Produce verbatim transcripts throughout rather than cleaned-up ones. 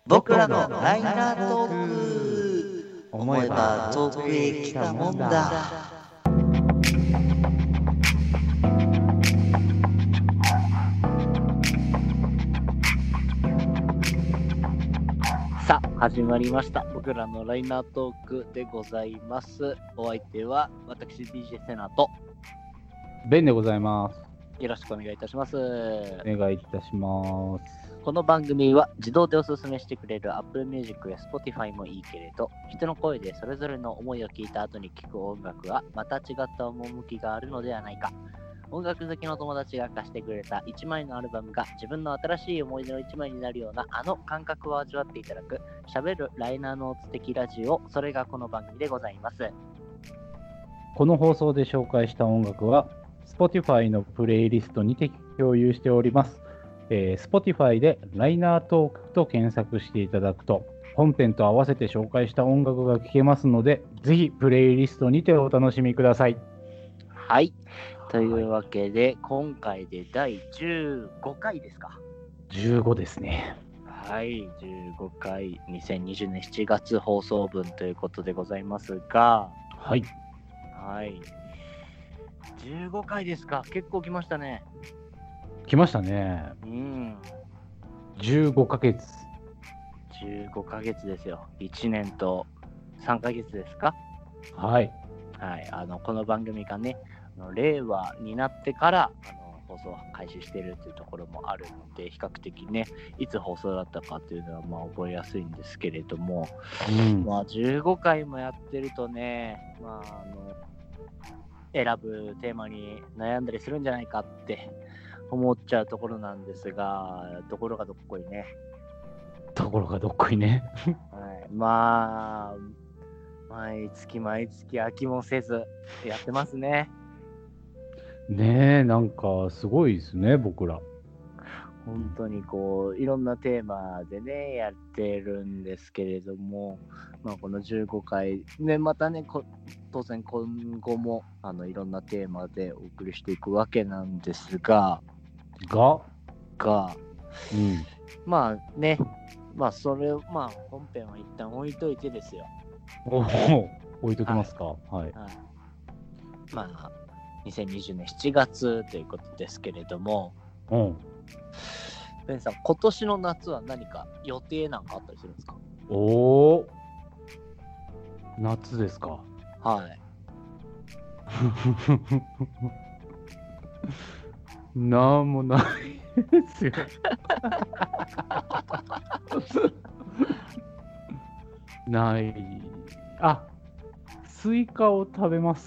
僕らのライナートーク、思えば遠くへ来たもんだ。 さあ始まりました。僕らのライナートークでございます。お相手は私 ディージェー セナとベンでございます。 よろしくお願いいたします。 お願いいたします。 この番組は自動でおすすめしてくれる Apple Music や Spotify もいいけれど、人の声でそれぞれの思いを聞いた後に聴く音楽はまた違った趣があるのではないか。音楽好きの友達が貸してくれたいちまいのアルバムが自分の新しい思い出のいちまいになるようなあの感覚を味わっていただく喋るライナーノーツ的ラジオ、それがこの番組でございます。 この放送で紹介した音楽は Spotify のプレイリストにて共有しております。えー、Spotify でライナートークと検索していただくと本編と合わせて紹介した音楽が聴けますので、ぜひプレイリストにてお楽しみください。 はい、というわけで、はい、今回でだいじゅうごかいですか。 じゅうごですね。 はい、じゅうごかい、にせんにじゅうねんしちがつ放送分ということでございますが、 はいはいじゅうごかいですか。結構来ましたね。 来ましたね。 うん。 じゅうごかげつ。 じゅうごかげつですよ。いちねんとさんかげつですか。 はい。 はい。あの、この番組がね、あの令和になってからあの放送を開始しているというところもあるので、比較的ね、いつ放送だったかというのはまあ覚えやすいんですけれども、うん、まあじゅうごかいもやってるとね、まああの、選ぶテーマに悩んだりするんじゃないかって思っちゃうところなんですが、ところがどっこいね。 ところがどっこいね。 はい、まあ、毎月毎月飽きもせずやってますね。 ねえ、なんかすごいですね、僕ら。 本当にこういろんなテーマでねやってるんですけれども、まあ、このじゅうごかいね、またねこ当然今後もあのいろんなテーマでお送りしていくわけなんですががが、 うん、 まあねまあそれまあ本編は一旦置いといてですよ。 おお、置いときますか。はい。はい、 まあにせんにじゅうねんしちがつということですけれども、 うん。 ベンさん、今年の夏は何か予定なんかあったりするんですか？ おお、夏ですか。 はい。 なんもないですよ。ない。あ、スイカを食べます。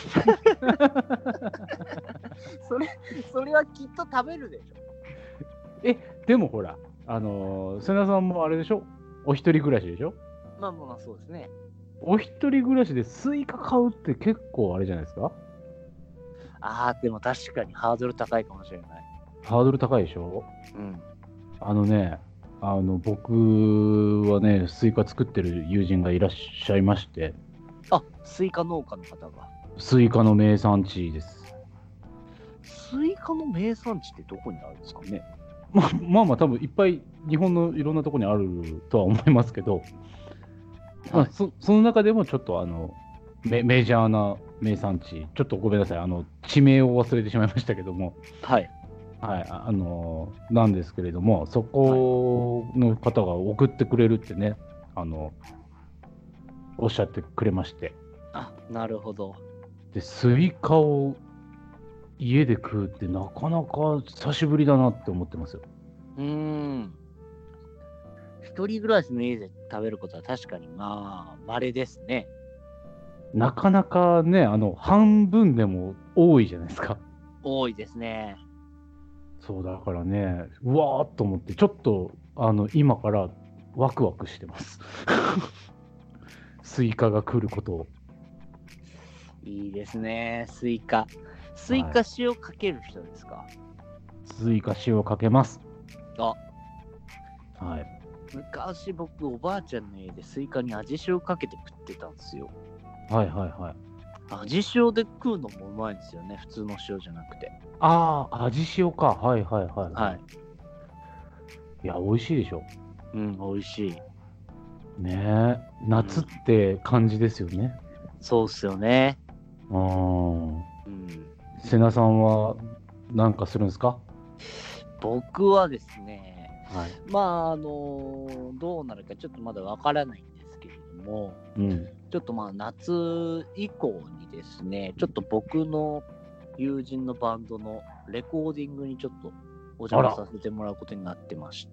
それ、それはきっと食べるでしょ。 え、でもほら、あのー、瀬名さんもあれでしょ？お一人暮らしでしょ？ まあまあそうですね。 お一人暮らしでスイカ買うって結構あれじゃないですか？ ああ、でも確かにハードル高いかもしれない。 ハードル高いでしょ？ うん。 あのね、あの僕はね、スイカ作ってる友人がいらっしゃいまして。 あ、スイカ農家の方が。 スイカの名産地です。 スイカの名産地ってどこにあるんですかね？ まあまあまあ多分いっぱい日本のいろんなところにあるとは思いますけど、はい、まあ、そ, その中でもちょっとあの メ, メジャーな名産地、ちょっとごめんなさい、あの地名を忘れてしまいましたけども、 はいはい、あのなんですけれども、そこの方が送ってくれるってね、あのおっしゃってくれまして。 あ、なるほど。 でスイカを家で食うってなかなか久しぶりだなって思ってますよ。 うーん。一人暮らしの家で食べることは確かにまあ稀ですね。 なかなかね、あの半分でも多いじゃないですか。 多いですね。 そうだからね、うわーっと思ってちょっとあの今からワクワクしてます。スイカが来ることを。 いいですね、スイカ。スイカ塩かける人ですか？はい、 スイカ塩かけます。 あ、 はい。 昔僕おばあちゃんの家でスイカに味塩かけて食ってたんですよ。 はいはいはい。 味塩で食うのもうまいんですよね、普通の塩じゃなくて。 ああ、味塩か。はいはいはい。 はい。 いや、美味しいでしょ。 うん、美味しい。 ねえ、夏って感じですよね。 そうっすよね。 ああ。 うん。 瀬名さんは何かするんですか？ 僕はですね、 はい。 まあ、あの、どうなるかちょっとまだわからないんですけれども、 うん。 ちょっとまあ、夏以降にですね、ちょっと僕の友人のバンドのレコーディングにちょっとお邪魔させてもらうことになってまして、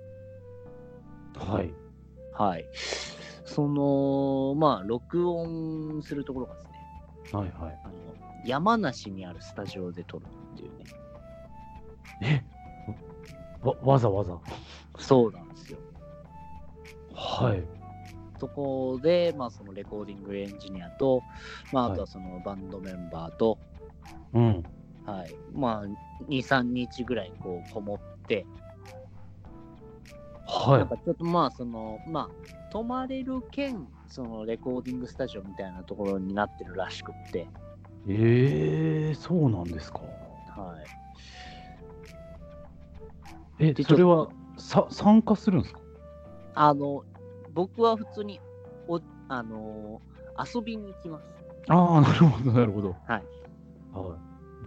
はい。 はい。その、まあ、録音するところがですね、 はいはい。 あの山梨にあるスタジオで撮るっていうね。 えわ、わざわざ。 そうなんですよ。 はい。 そこで、まあ、そのレコーディングエンジニアと、まあ、あとははいそのバンドメンバーと、 うん。 はい、まあ、に、さんにちぐらいこうこもって、 はい。 なんかちょっとまあ、その、まあ、泊まれる兼、そのレコーディングスタジオみたいなところになってるらしくって、 ええー、そうなんですか。 はい。 え、 でそれはさ参加するんですか？ あの、僕は普通にお、あのー遊びに行きます。 ああ、なるほど、なるほど。 はい。 はい。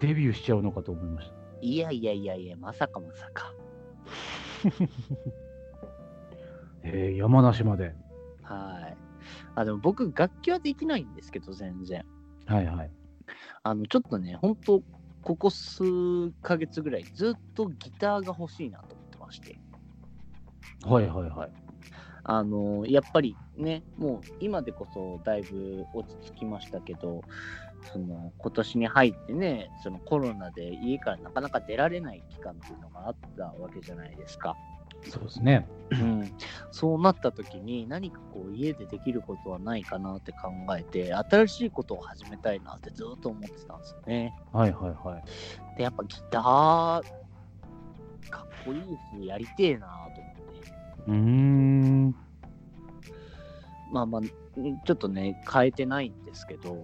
デビューしちゃうのかと思いました。 いやいやいやいや、まさかまさか。 えー、山梨まで。 はい。あ、でも僕、楽器はできないんですけど、全然。 はいはい。 あの、ちょっとね、本当ここ数ヶ月ぐらい、ずっとギターが欲しいなと思ってまして。 はいはいはい。 あの、やっぱりね、もう今でこそだいぶ落ち着きましたけど、その今年に入ってね、そのコロナで家からなかなか出られない期間っていうのがあったわけじゃないですか。 そうですね。 うん、そうなった時に何かこう家でできることはないかなって考えて、新しいことを始めたいなってずっと思ってたんですよね。 はいはいはい。 で、やっぱギターかっこいいし、やりてえなと思って。 うーん。 まあまあ、ちょっとね、変えてないんですけど、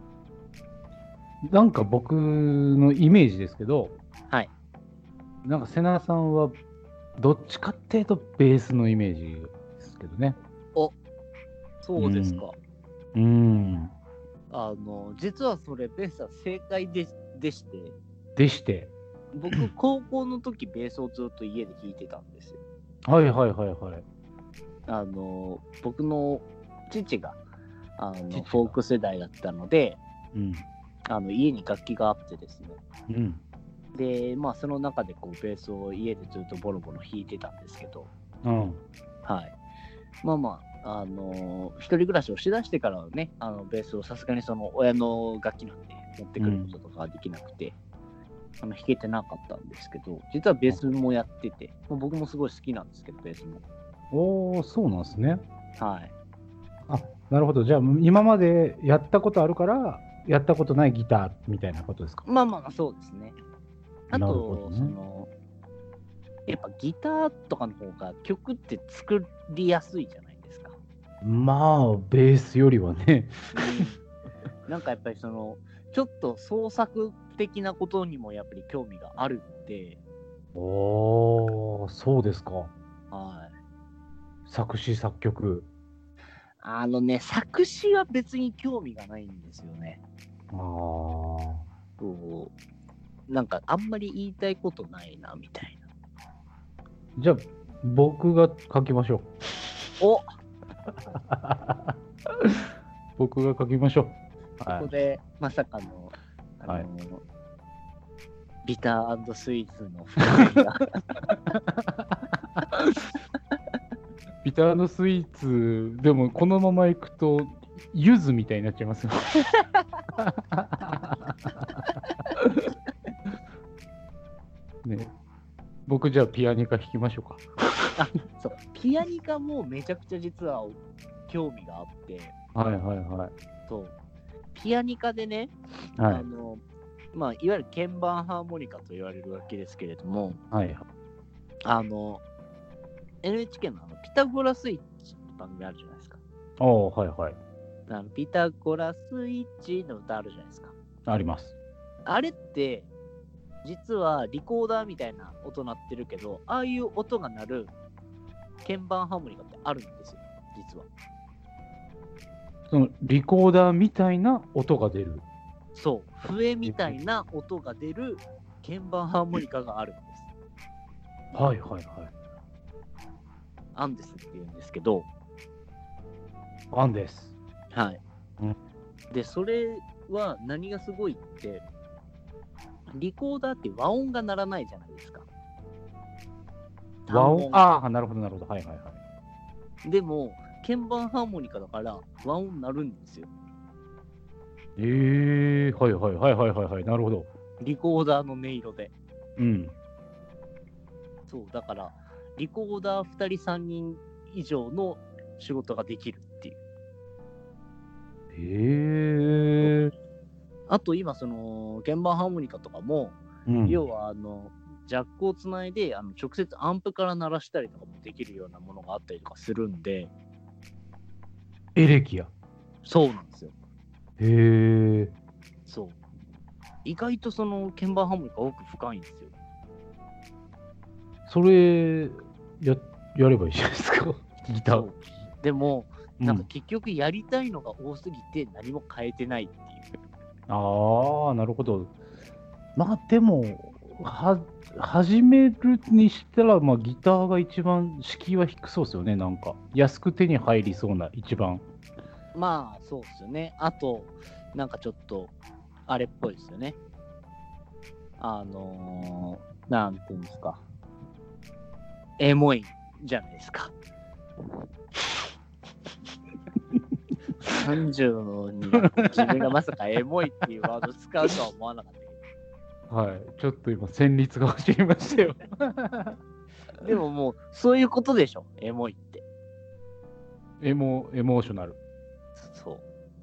なんか僕のイメージですけど、 はい。 なんか瀬名さんはどっちかっていうとベースのイメージですけどね。 お、そうですか。 うーん。 あの、実はそれ、ベースは正解ででして、 でして。 僕、高校の時、ベースをずっと家で弾いてたんですよ。 はいはいはいはい。 あの、僕の父が、あの父がフォーク世代だったので、 うん。 あの家に楽器があってですね。 うん。 で、まあ、その中でこうベースを家でずっとボロボロ弾いてたんですけど、 うん。 はい。まあまあ、あの一人暮らしをしだしてからはね、あのベースをさすがにその親の楽器なんで持ってくることとかはできなくて、あの弾けてなかったんですけど、実はベースもやってて、もう僕もすごい好きなんですけど、ベースも。 おー、そうなんですね。 はい。 あ、なるほど。じゃあ、今までやったことあるから、やったことないギターみたいなことですか？ まあまあまあ、そうですね。あなるほと、 どねその、やっぱギターとかの方が曲って作りやすいじゃないですか。 まあ、ベースよりはね。 うん、なんかやっぱりその、ちょっと創作的なことにもやっぱり興味があるんで、 おー、そうですか。 はい。 作詞作曲。 あのね、作詞は別に興味がないんですよね。 あー。 そうなんかあんまり言いたいことないなみたいな。 じゃあ、僕が書きましょう。 お僕が書きましょう。 ここでまさかの、あの、 はい、 ビター&スイーツの復元がビターのスイーツ、でもこのままいくと、柚子みたいになっちゃいますよ。ね、僕じゃあピアニカ弾きましょうか。 あ、そう、ピアニカもめちゃくちゃ実は興味があって、 はいはいはい。 そう、ピアニカでね、 はい、 あの、まあ、いわゆる鍵盤ハーモニカと言われるわけですけれども、 はい、 あの、エヌエイチケー のあのピタゴラスイッチって番組あるじゃないですか。 おー、はいはい。 あのピタゴラスイッチの歌あるじゃないですか。 あります。 あれって、実はリコーダーみたいな音鳴ってるけど、ああいう音が鳴る鍵盤ハーモニカってあるんですよ、実は。 そのリコーダーみたいな音が出る。 そう、笛みたいな音が出る鍵盤ハーモニカがあるんです。 はいはいはい。 アンデスって言うんですけど、 アンデス。 はい。 うん、 で、それは何がすごいって、リコーダーって和音が鳴らないじゃないですか。 和音、ああ、なるほどなるほど。はいはいはい。 でも、鍵盤ハーモニカだから和音鳴るんですよ。 えー、はいはいはいはいはいはい。なるほど。 リコーダーの音色で。 うん。 そう、だから、リコーダーふたりさんにん以上の仕事ができるっていう。 へえー。 あと今、その、鍵盤ハーモニカとかも、うん、要は、あの、ジャックをつないで、あの直接アンプから鳴らしたりとかもできるようなものがあったりとかするんで。 エレキや。 そうなんですよ。 へえ。 そう。意外とその鍵盤ハーモニカ奥深いんですよ。 それや、やればいいじゃないですか。ギター。 でも、なんか結局やりたいのが多すぎて何も変えてないっていう。 うん、ああ、なるほど。まあでも、は、始めるにしたら、まあギターが一番敷居は低そうですよね、なんか。安く手に入りそうな、一番。 まあ、そうっすよね。あと、なんかちょっと、あれっぽいですよね。あのー、なんていうんですか。エモいじゃないですか。さんじゅうに自分がまさかエモいっていうワード使うとは思わなかったけど。はい。ちょっと今、旋律が走りましたよ。 でももう、そういうことでしょ、エモいって。 エモ、エモーショナル。 そう。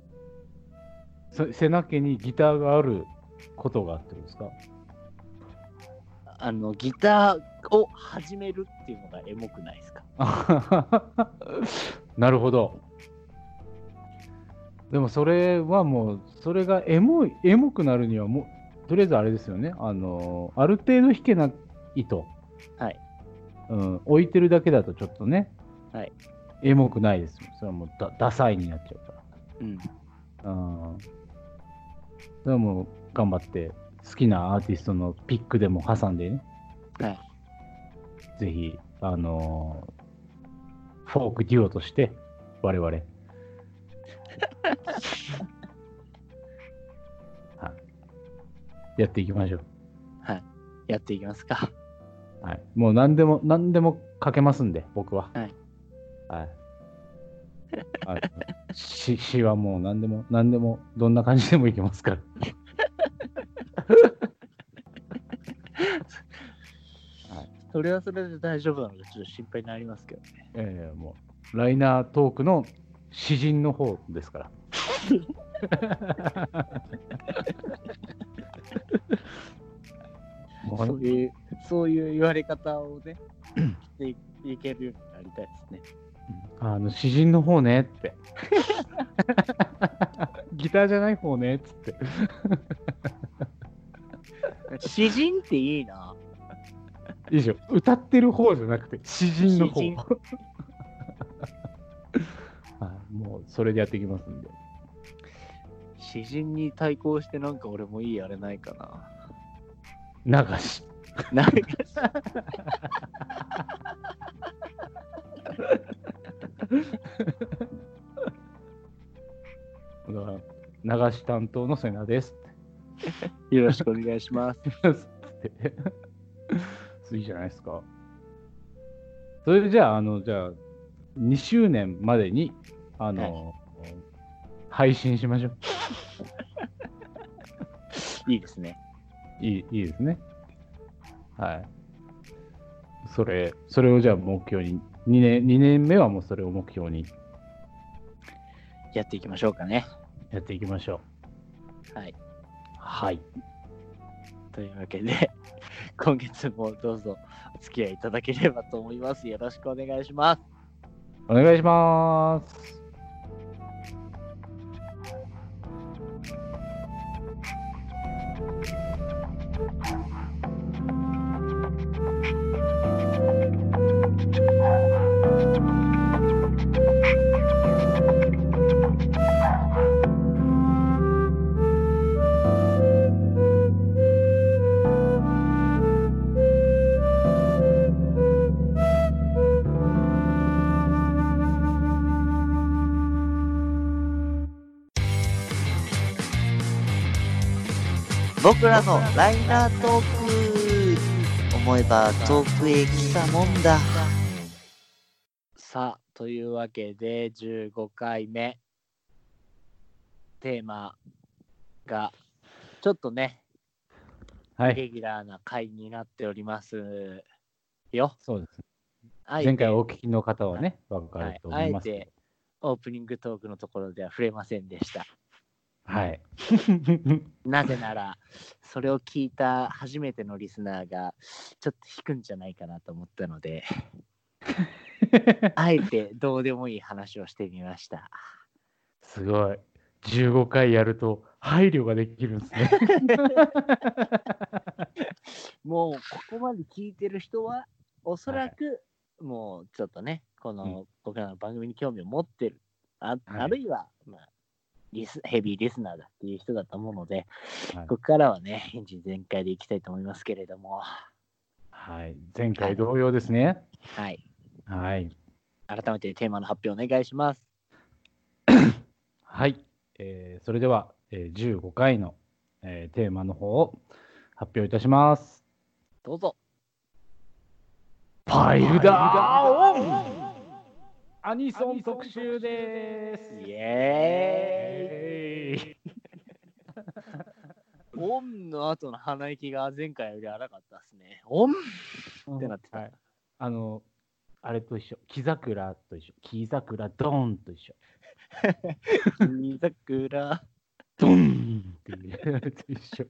背中にギターがあることがあってですか？ あのギターを始めるっていうのがエモくないですか？ なるほど。でもそれはもうそれがエモいエモくなるにはもうとりあえずあれですよね。あのある程度弾けないと、 はい、 うん、置いてるだけだとちょっとね、 はい、 エモくないですよ。それはもうダ、ダサいになっちゃうから。 うん。 あそれはもう頑張って好きなアーティストのピックでも挟んでね。 はい。 ぜひあのー、フォークデュオとして我々。はい、やっていきましょう。 はい。やっていきますか。 はい。もう何でも何でも書けますんで僕は。 はい。 はい。あ詩詩はもう何でも何でもどんな感じでもいけますから。 はい、それはそれで大丈夫なのでちょっと心配になりますけどね。 ええー、もうライナートークの詩人の方ですから。 そういうそういう言われ方をねしていけるようになりたいですね。 あの詩人の方ねってギターじゃない方ねっつって詩人っていいな。 いいでしょ。歌ってる方じゃなくて詩人の方。もうそれでやっていきますんで。 詩人に対抗してなんか俺もいいあれないかな。 流し流し流し担当の瀬名です。 よろしくお願いします。 いいじゃないですか。それでじゃあ、あの、じゃあ、にしゅうねんまでに、あの、はい、配信しましょう。 いいですね。 いい、いいですね。はい。それ、それをじゃあ目標に、にねん、にねんめはもうそれを目標に。 やっていきましょうかね。 やっていきましょう。はい。 はい。 というわけで、今月もどうぞお付き合いいただければと思います。よろしくお願いします。 お願いします。 僕らのライナートーク。思えば遠くへ来たもんだ。 さあ、というわけでじゅうごかいめテーマがちょっとね、 はい。 イレギュラーな回になっておりますよ。 そうです。 あえて前回お聞きの方はね、わかはい、 るとあえ思いますけど。 てオープニングトークのところでは触れませんでした。 はい。 なぜなら、それを聞いた初めてのリスナーがちょっと引くんじゃないかなと思ったので、あえてどうでもいい話をしてみました。 すごい。じゅうごかいやると配慮ができるんですね。 もうここまで聞いてる人はおそらくもうちょっとね、この僕らの番組に興味を持ってる、あ, あるいは、まあ、リスヘビーリスナーだっていう人だと思うので、 はい、 ここからはね、エンジン全開でいきたいと思いますけれども。 はい。前回同様ですね。 はい。 はい。 改めてテーマの発表お願いします。 はい。えー、それでは、えー、じゅうごかいの、えー、テーマの方を発表いたします。 どうぞ。 パイルダーオンアニソン特集です。 イエーイオンの後の鼻息が前回より荒かったですね。オンってなってた。 はい、あの、あれと一緒。木桜と一緒。木桜ドーンと一緒。 木桜ドンっていうと一緒。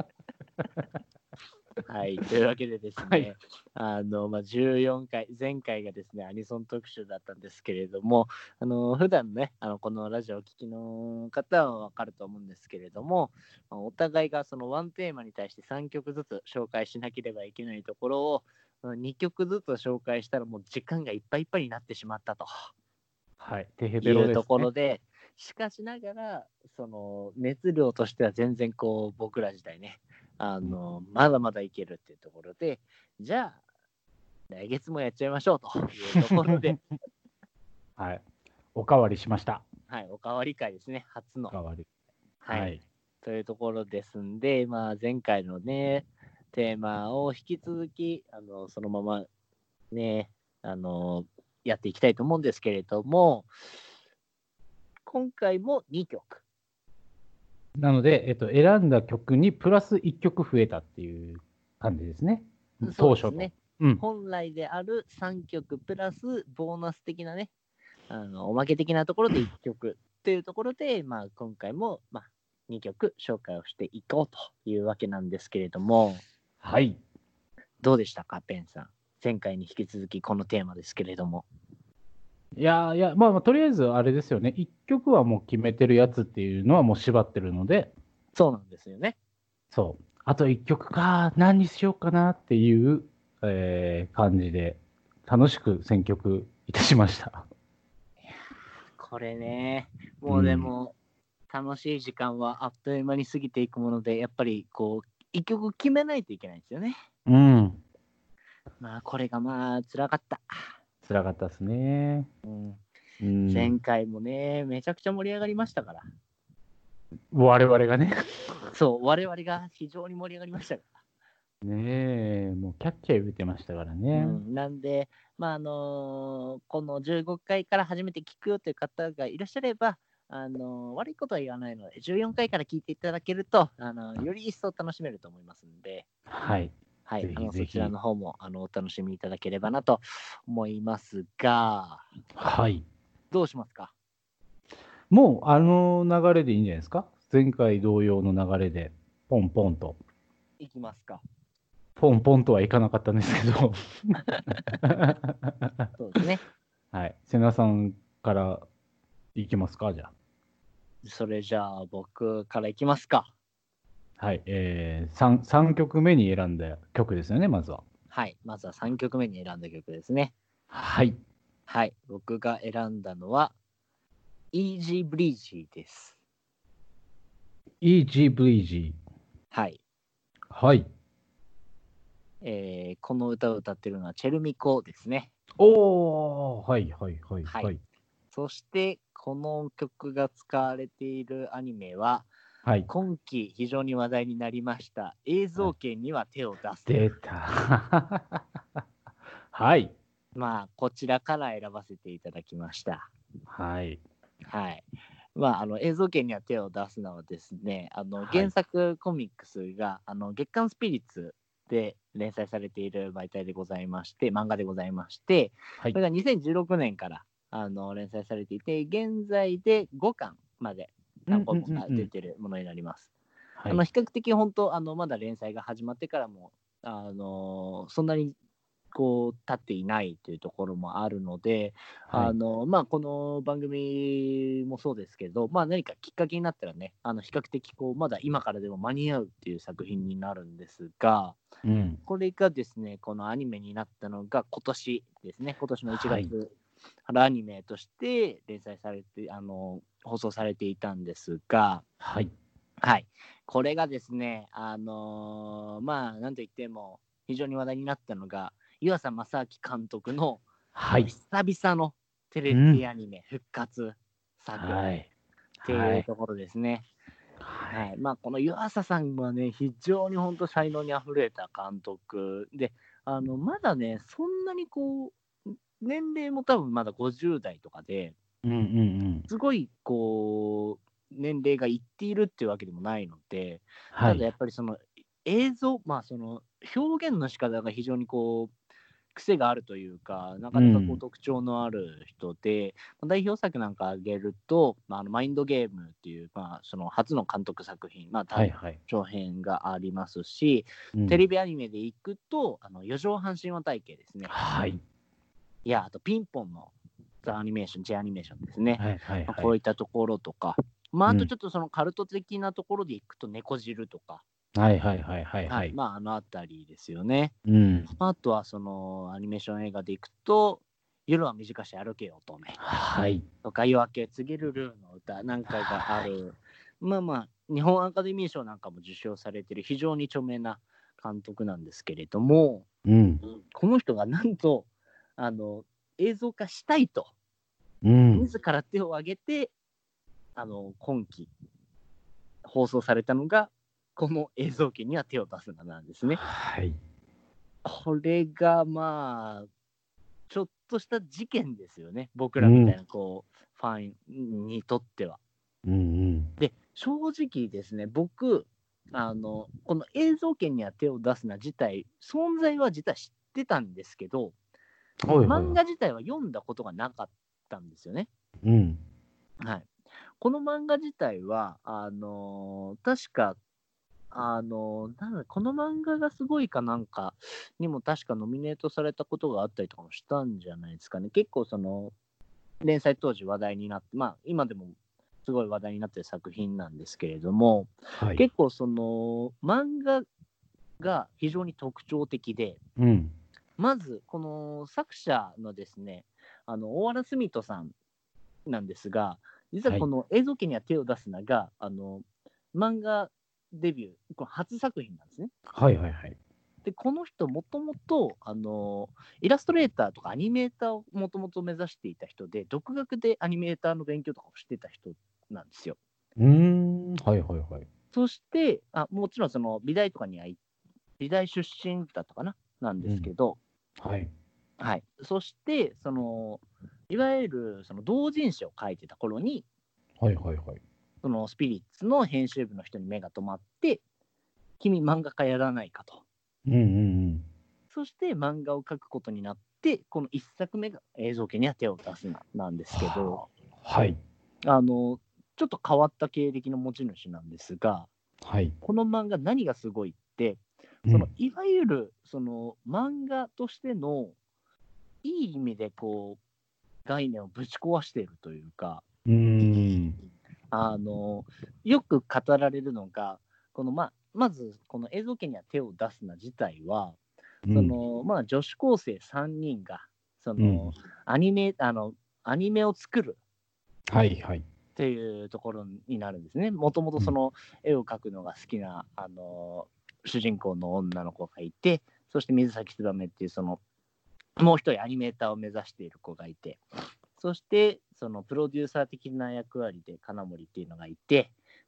はい、というわけでですね、はい、あのまあ、じゅうよんかい、前回がですね、アニソン特集だったんですけれども、あの普段ね、あのこのラジオをお聞きの方は分かると思うんですけれども、お互いがそのワンテーマに対してさんきょくずつ紹介しなければいけないところを、にきょくずつ紹介したらもう時間がいっぱいいっぱいになってしまったと。 はい、テヘベロですね。 いうところで、しかしながら、その熱量としては全然こう僕ら時代ね、あのまだまだいけるっていうところで、じゃあ来月もやっちゃいましょうというところではい、おかわりしました。 はい、おかわり会ですね、初の。 おかわり。 はい、 はい、 というところですんで、まあ、前回のねテーマを引き続きあのそのままねあのやっていきたいと思うんですけれども、今回もにきょく。 なので、えっと、選んだ曲にプラスいっきょく増えたっていう感じですね。当初の。 ね、うん、本来であるさんきょくプラスボーナス的なね、あのおまけ的なところでいっきょくっていうところで、まあ、今回も、まあ、にきょく紹介をしていこうというわけなんですけれども、 はい。 どうでしたか、ペンさん。前回に引き続きこのテーマですけれども。 いやいや、まあ、まあ、とりあえずあれですよね。いっきょくはもう決めてるやつっていうのはもう縛ってるので。 そうなんですよね。 そう。あといっきょくか、何にしようかなっていう、えー、感じで、楽しく選曲いたしました。 いやこれね、もうでも、うん、楽しい時間はあっという間に過ぎていくもので、やっぱりこう、いっきょく決めないといけないんですよね。 うん。 まあ、これがまあ、辛かった。 辛かったですね、 うんうん、前回もねめちゃくちゃ盛り上がりましたから、 我々がねそう我々が非常に盛り上がりましたからねえ、もうキャッキャ言ってましたからね、 うん、なんでまああのー、このじゅうごかいから初めて聞くよという方がいらっしゃれば、あのー、悪いことは言わないのでじゅうよんかいから聞いていただけると、あのー、より一層楽しめると思いますので、 はいはい、あのそちらの方もあのお楽しみいただければなと思いますが、 はい、 どうしますか？ もうあの流れでいいんじゃないですか？前回同様の流れでポンポンといきますか？ ポンポンとはいかなかったんですけどそうですね。 はい、瀬名さんからいきますか？じゃあそれじゃあ僕からいきますか。 はい、えー、3, さんきょくめに選んだ曲ですよね、まずは。 はい、まずはさんきょくめに選んだ曲ですね。 はい。 はい、僕が選んだのは、Easy Breezy です。 Easy Breezy。 はい。 はい。 えー、この歌を歌ってるのはチェルミコですね。 おー、はいはいはい、はい、はい。 そして、この曲が使われているアニメは、 はい。 今期非常に話題になりました映像権には手を出す。 出た。はい。 まあ、こちらから選ばせていただきました。 はい。 はい。まあ、あの映像権には手を出すのはですね、あのはい原作コミックスが、あの月刊スピリッツで連載されている媒体でございまして、漫画でございまして、 はいそれがにせんじゅうろくねんからあの連載されていて、現在でごかんまで単行本が出ているものになります。あの比較的本当あのまだ連載が始まってからもあのそんなにこう経っていないというところもあるので、 はい、 あのまあ、この番組もそうですけど、まあ、何かきっかけになったらね、あの比較的こうまだ今からでも間に合うっていう作品になるんですが、 うん、 これがですね、このアニメになったのが今年ですね、今年のいちがつ、 はいアニメとして連載されて、あの放送されていたんですが、 はい、 はい、これがですね、あのーまあ、なんといっても非常に話題になったのが、湯浅正明監督の、 はい、 久々のテレビアニメ復活作っていうところですね。はい、はい、まあ、この湯浅さんはね、非常に本当才能にあふれた監督で、あのまだね、そんなにこう、年齢も多分まだごじゅう代とかで、 うんうんうん、 すごいこう、年齢がいっているっていうわけでもないので、 はい、 ただやっぱりその映像、まあその表現の仕方が非常にこう、癖があるというか、なかなかこう特徴のある人で、うん、代表作なんか挙げると、まあ、あのマインドゲームっていう、まあ、その初の監督作品、まあ、 はいはい、 長編がありますし、うん、テレビアニメでいくと、あの四畳半神話体系ですね。 はい。 いや、あとピンポンのザ・アニメーション、J アニメーションですね。 はいはいはい、 まあ、こういったところとか、まあ、あとちょっとそのカルト的なところでいくと、猫汁とか、 はいはいはいはい、はい、 まあ、あのあたりですよね。 うん、 あとはそのアニメーション映画でいくと、夜は短し歩けよ乙女、 はい、 とか夜明けを告げるルーの歌なんかがある、はい、まあまあ日本アカデミー賞なんかも受賞されている非常に著名な監督なんですけれども、 うん、 この人がなんとあの映像化したいと、 うん、 自ら手を挙げてあの今期放送されたのがこの映像権には手を出すななんですね。 はい。 これがまあちょっとした事件ですよね、僕らみたいなこう、うん、ファンにとっては。 うんうん、 で正直ですね、僕あのこの映像権には手を出すな自体存在は実は知ってたんですけど、はいはい、漫画自体は読んだことがなかったんですよね。 うんはい、この漫画自体はあのー、確かあのなんだこの漫画がすごいかなんかにも確かノミネートされたことがあったりとかもしたんじゃないですかね。結構その連載当時話題になって、まあ今でもすごい話題になってる作品なんですけれども、はい、結構その漫画が非常に特徴的で、うん、まずこの作者のですね、あの大原澄人さんなんですが、実はこの映像権には手を出すなが、はい、あの漫画デビュー、この初作品なんですね。 はいはいはい。 で、この人、もともと、あの、イラストレーターとかアニメーターをもともと目指していた人で、独学でアニメーターの勉強とかをしてた人なんですよ。 うーん、はいはいはい。 そして、あもちろん、その、美大とかには、美大出身だったかななんですけど、 うん、はい。 はい。そして、その、いわゆる、その、同人誌を書いてた頃に、 はいはいはい。 そのスピリッツの編集部の人に目が留まって、君漫画家やらないかと。 うんうんうん。 そして漫画を描くことになって、このいっさくめが映像権には手を出すななんですけど、 はい。 あの、ちょっと変わった経歴の持ち主なんですが、 はい。 この漫画何がすごいって、そのいわゆるその漫画としてのいい意味でこう概念をぶち壊しているというか、 うーんあのよく語られるのが、このまあまずこの映像権には手を出すな自体は、そのまあ、女子高生さんにんがその、うん、アニメあのアニメを作るっていうところになるんですね。もともとその絵を描くのが好きな、あの主人公の女の子がいて、そして水崎燕っていうそのもう一人アニメーターを目指している子がいて、そしてそのプロデューサー的な役割で金森っていうのがいて、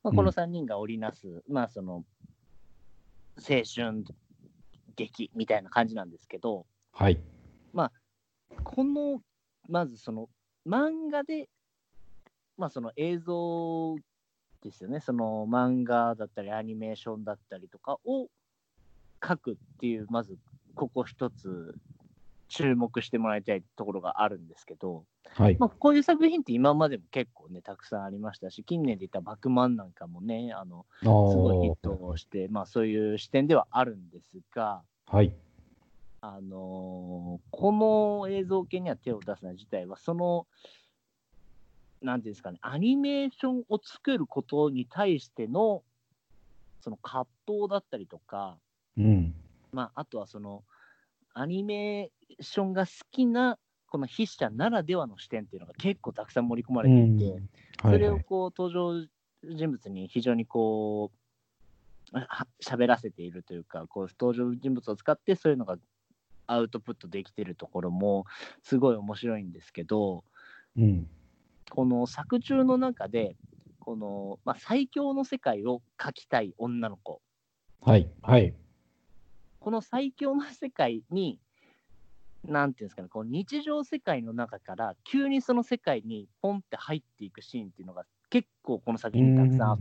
まあ、このさんにんが織りなす、まあその青春劇みたいな感じなんですけど、 はい。 まあこのまずその漫画で、まあその映像ですよね、その漫画だったりアニメーションだったりとかを書くっていう、まずここ一つ注目してもらいたいところがあるんですけど、 はい。 まあ、こういう作品って今までも結構ねたくさんありましたし、近年で言ったバクマンなんかもね、あのすごいヒットをして、まあ、そういう視点ではあるんですが、 はい。 あのーこの映像系には手を出すの自体は、そのなんていうんですかね、アニメーションを作ることに対してのその葛藤だったりとか、 うん。 まあ、あとはそのアニメーションが好きなこの筆者ならではの視点っていうのが結構たくさん盛り込まれていて、 うんはいはい。 それをこう登場人物に非常にこうは喋らせているというか、こう登場人物を使ってそういうのがアウトプットできてるところもすごい面白いんですけど、 うん。 この作中の中でこの、まあ、最強の世界を描きたい女の子、 はい。はい。 この最強の世界になんていうんですかね、こう日常世界の中から急にその世界にポンって入っていくシーンっていうのが結構この作品にたくさんあって、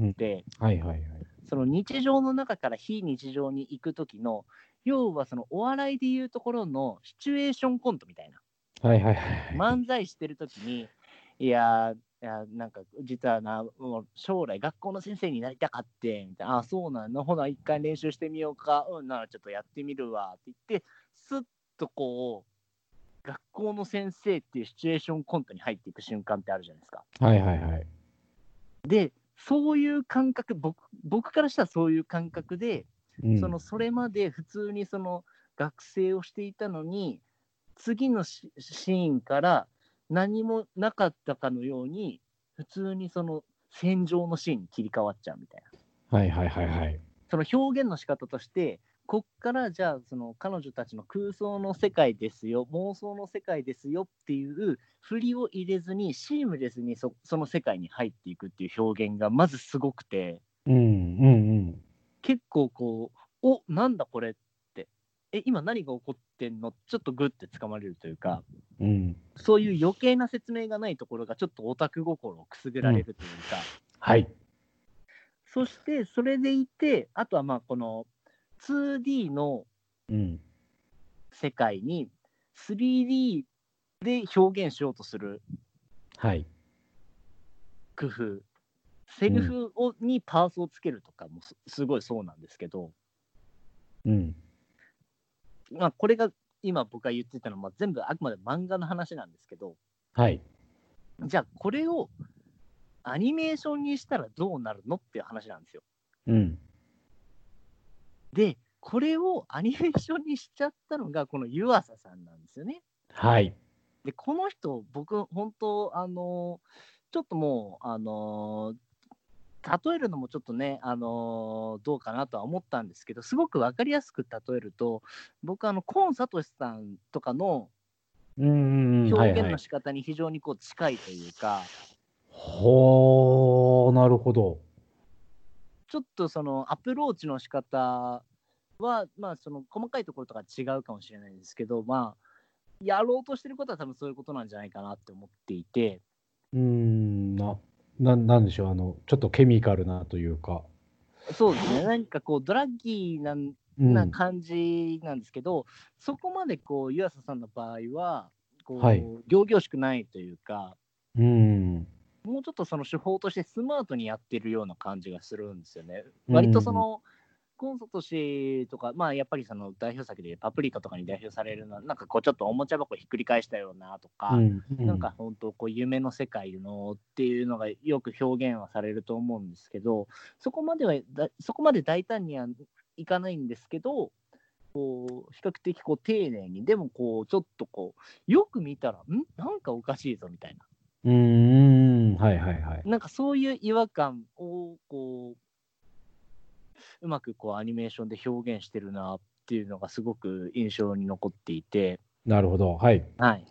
はいはいはい。 その日常の中から非日常に行く時の、要はそのお笑いでいうところのシチュエーションコントみたいな、 はいはいはい。 漫才してる時に、いやー、いやなんか実はな、もう将来学校の先生になりたかってみたいな、あ、そうなんの、ほな一回練習してみようか、うんならちょっとやってみるわって言って、スッとこう学校の先生っていうシチュエーションコントに入っていく瞬間ってあるじゃないですか。 はいはいはい。 で、そういう感覚、僕僕からしたらそういう感覚で、 うんそのそれまで普通にその学生をしていたのに、次のシシーンから何もなかったかのように、普通にその戦場のシーンに切り替わっちゃうみたいな。 はいはいはいはい。 その表現の仕方として、こっからじゃあその彼女たちの空想の世界ですよ、妄想の世界ですよっていう振りを入れずにシームレスに そ, その世界に入っていくっていう表現がまずすごくて、 うんうんうん。 結構こう、お、なんだこれって、え、今何が起こってんのちょっとグッてつかまれるというか、 うん。 そういう余計な説明がないところがちょっとオタク心をくすぐられるというか、 はい。 そしてそれでいて、あとはまあこの ツーディー のうん。 世界に スリーディー で表現しようとするはい。 工夫、セリフをにパースをつけるとかも す, すごいそうなんですけど、 うん。 まあ、これが今僕が言ってたのは全部あくまで漫画の話なんですけど、 はい。 じゃあこれをアニメーションにしたらどうなるのっていう話なんですよ。 うん。 で、これをアニメーションにしちゃったのがこの湯浅さんなんですよね。 はい。 で、この人、僕、本当、あのちょっともう、あの例えるのもちょっとね、あのどうかなとは思ったんですけど、すごく分かりやすく例えると、僕、あのコーン・サトシさんとかのうんうん。はいはい。 表現の仕方に非常にこう近いというか、 ほー、なるほど。 ちょっとそのアプローチの仕方は、まあ、その細かいところとか違うかもしれないんですけど、まあ、やろうとしてることは多分そういうことなんじゃないかなって思っていて、 うーん、な、な、なんでしょう、あの、ちょっとケミカルなというか。 そうですね、何かこうドラッギーなうん。 な感じなんですけど、そこまでこう湯浅さんの場合ははい。 こう仰々しくないというか、 うーん。 もうちょっとその手法としてスマートにやってるような感じがするんですよね。 う割とそん。 のコンソト氏とか、まあやっぱりその代表作でパプリカとかに代表されるのは、なんかこうちょっとおもちゃ箱ひっくり返したようなとか、 うん。うん。 なんか本当こう夢の世界のっていうのがよく表現はされると思うんですけど、そこまではだそこまで大胆にはいかないんですけど、こう比較的こう丁寧に、でもこうちょっとこうよく見たらんなんかおかしいぞみたいな、 うーん。はいはいはい。 なんかそういう違和感をこううまくこうアニメーションで表現してるなっていうのがすごく印象に残っていて、 なるほど。はい。 はい。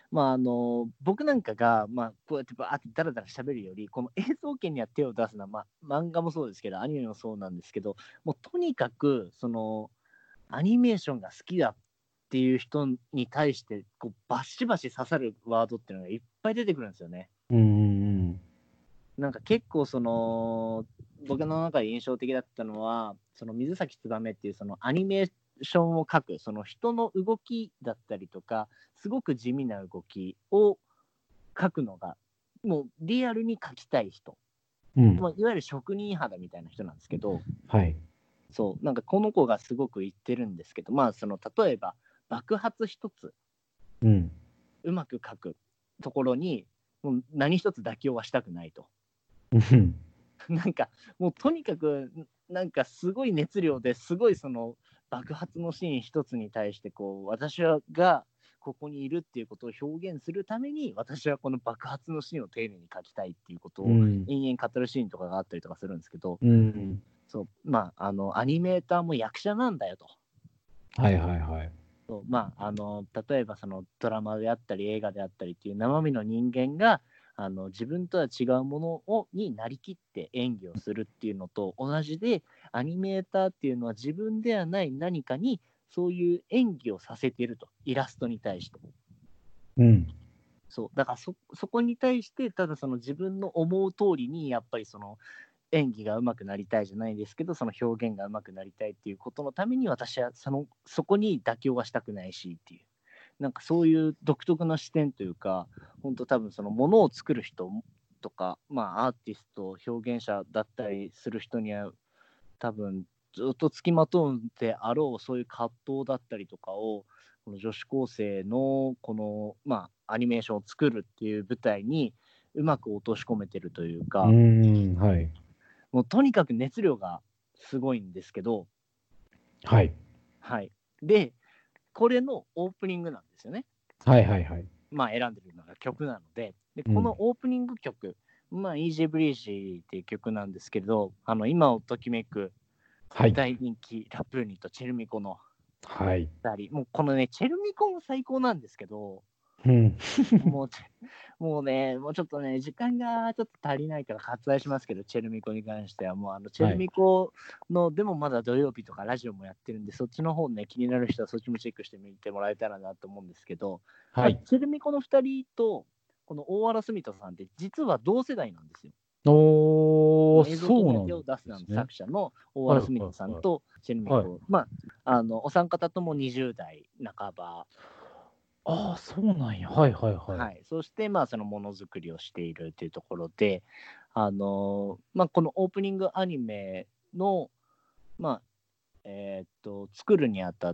まああの僕なんかが、まあ、こうやってバーってダラダラ喋るより、この映像権には手を出すのは、まあ、漫画もそうですけど、アニメもそうなんですけど、もうとにかくそのアニメーションが好きだっていう人に対してこうバシバシ刺さるワードっていうのがいっぱい出てくるんですよね。 うんうんなんか結構その僕の中で印象的だったのは、その水崎燕っていうそのアニメーションを描くその人の動きだったりとか、すごく地味な動きを描くのがもうリアルに描きたい人、 うんまあ、いわゆる職人肌みたいな人なんですけど、 はいそうなんかこの子がすごく言ってるんですけど、まあその例えば爆発一つうんうまく描くところにもう何一つ妥協はしたくないと。 うんなんかもうとにかくなんかすごい熱量ですごいその爆発のシーン一つに対してこう私がここにいるっていうことを表現するために、私はこの爆発のシーンを丁寧に描きたいっていうことをうん延々語るシーンとかがあったりとかするんですけど、 うんそうまああのアニメーターも役者なんだよと。 はいはいはいそうまあ、あの例えばそのドラマであったり映画であったりっていう生身の人間があの自分とは違うものをになりきって演技をするっていうのと同じで、アニメーターっていうのは自分ではない何かにそういう演技をさせていると、イラストに対して。 うんそうだから そ, そこに対してただその自分の思う通りにやっぱりその演技が上手くなりたいじゃないですけど、その表現が上手くなりたいっていうことのために私はそのそこに妥協はしたくないしっていう、なんかそういう独特な視点というか、本当多分そのものを作る人とか、まあアーティスト表現者だったりする人には多分ずっとつきまとうであろうそういう葛藤だったりとかを、この女子高生のこのまあアニメーションを作るっていう舞台にうまく落とし込めてるというか、 うんはいもうとにかく熱量がすごいんですけど、 はいはい。で、これのオープニングなんですよね。 はいはいはいまあ選んでるのが曲なので、でうんこのオープニング曲、まあ Easy Breezy っていう曲なんですけど、あの今をときめくはい大人気ラプーニーとチェルミコのはいふたり、もうこのね、チェルミコも最高なんですけど、 うんもう、もうね、もうちょっとね、時間がちょっと足りないから割愛しますけど、チェルミコに関しては、もうあのチェルミコの、でもまだ土曜日とかラジオもやってるんで、そっちの方ね、気になる人はそっちもチェックしてみてもらえたらなと思うんですけど、 はいまあチェルミコのふたりと、この大原澄人さんって、実は同世代なんですよ。 おー映像そうなん系に手を出すなのですね作者の大原澄人さんとチェルミコ、 はいまあ、あのお三方ともにじゅう代半ば。 ああそうなんやはいはいはい、 はい、そして、まあ、そのものづくりをしているというところで、あのまあ、このオープニングアニメの、まあえーっと作るにあたって、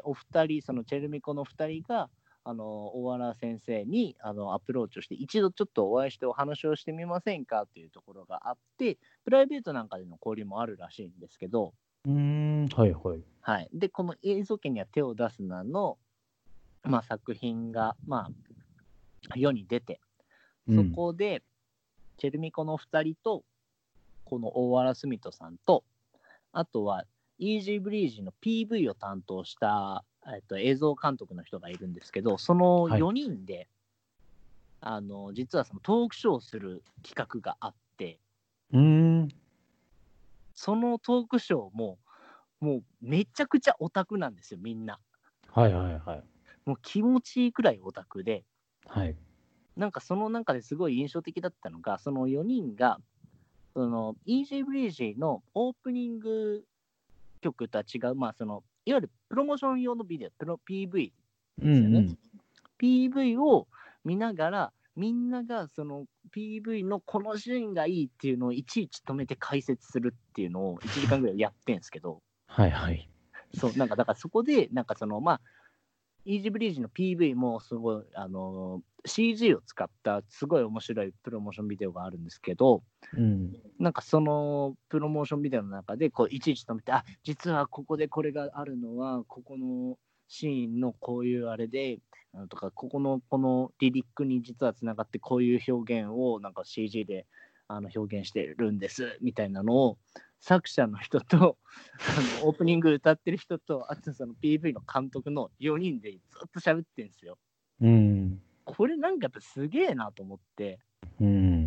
お二人、そのチェルミコのふたりが、あの大原先生にあのアプローチをして、一度ちょっとお会いしてお話をしてみませんかというところがあって、プライベートなんかでの交流もあるらしいんですけど、 うーんはいはいはい、でこの映像権には手を出すなの、まあ、作品が、まあ、世に出て、そこで、チェルミコのふたりと、この大原澄人さんと、あとは、イージーブリージーの ピーブイ を担当した、えっと、映像監督の人がいるんですけど、そのよにんで、はい、あの実はそのトークショーをする企画があって、 うーんそのトークショーも、もうめちゃくちゃオタクなんですよ、みんな。 はいはいはい。 もう気持ちいいくらいオタクで、 はい。 なんかその中ですごい印象的だったのが、そのよにんが、その Easy Breezy のオープニング曲とは違う、まあそのいわゆるプロモーション用のビデオ、プロ ピーブイ ですよね。うんうん、ピーブイ を見ながら、みんながその ピーブイ のこのシーンがいいっていうのをいちいち止めて解説するっていうのをいちじかんぐらいやってんですけど、 はいはい。 そうなんかだからそこでなんかそのまあイージーブリージの ピーブイ もすごいあの シージー を使ったすごい面白いプロモーションビデオがあるんですけど、 うん、なんかそのプロモーションビデオの中でこういちいち止めて、あ、実はここでこれがあるのはここのシーンのこういうあれでとか、ここのこのリリックに実はつながってこういう表現をなんか シージー であの表現してるんですみたいなのを作者の人とあのオープニング歌ってる人と、あとその ピーブイ の監督のよにんでずっと喋ってるんですよ。 うん、 これなんかやっぱすげえなと思って、 うん。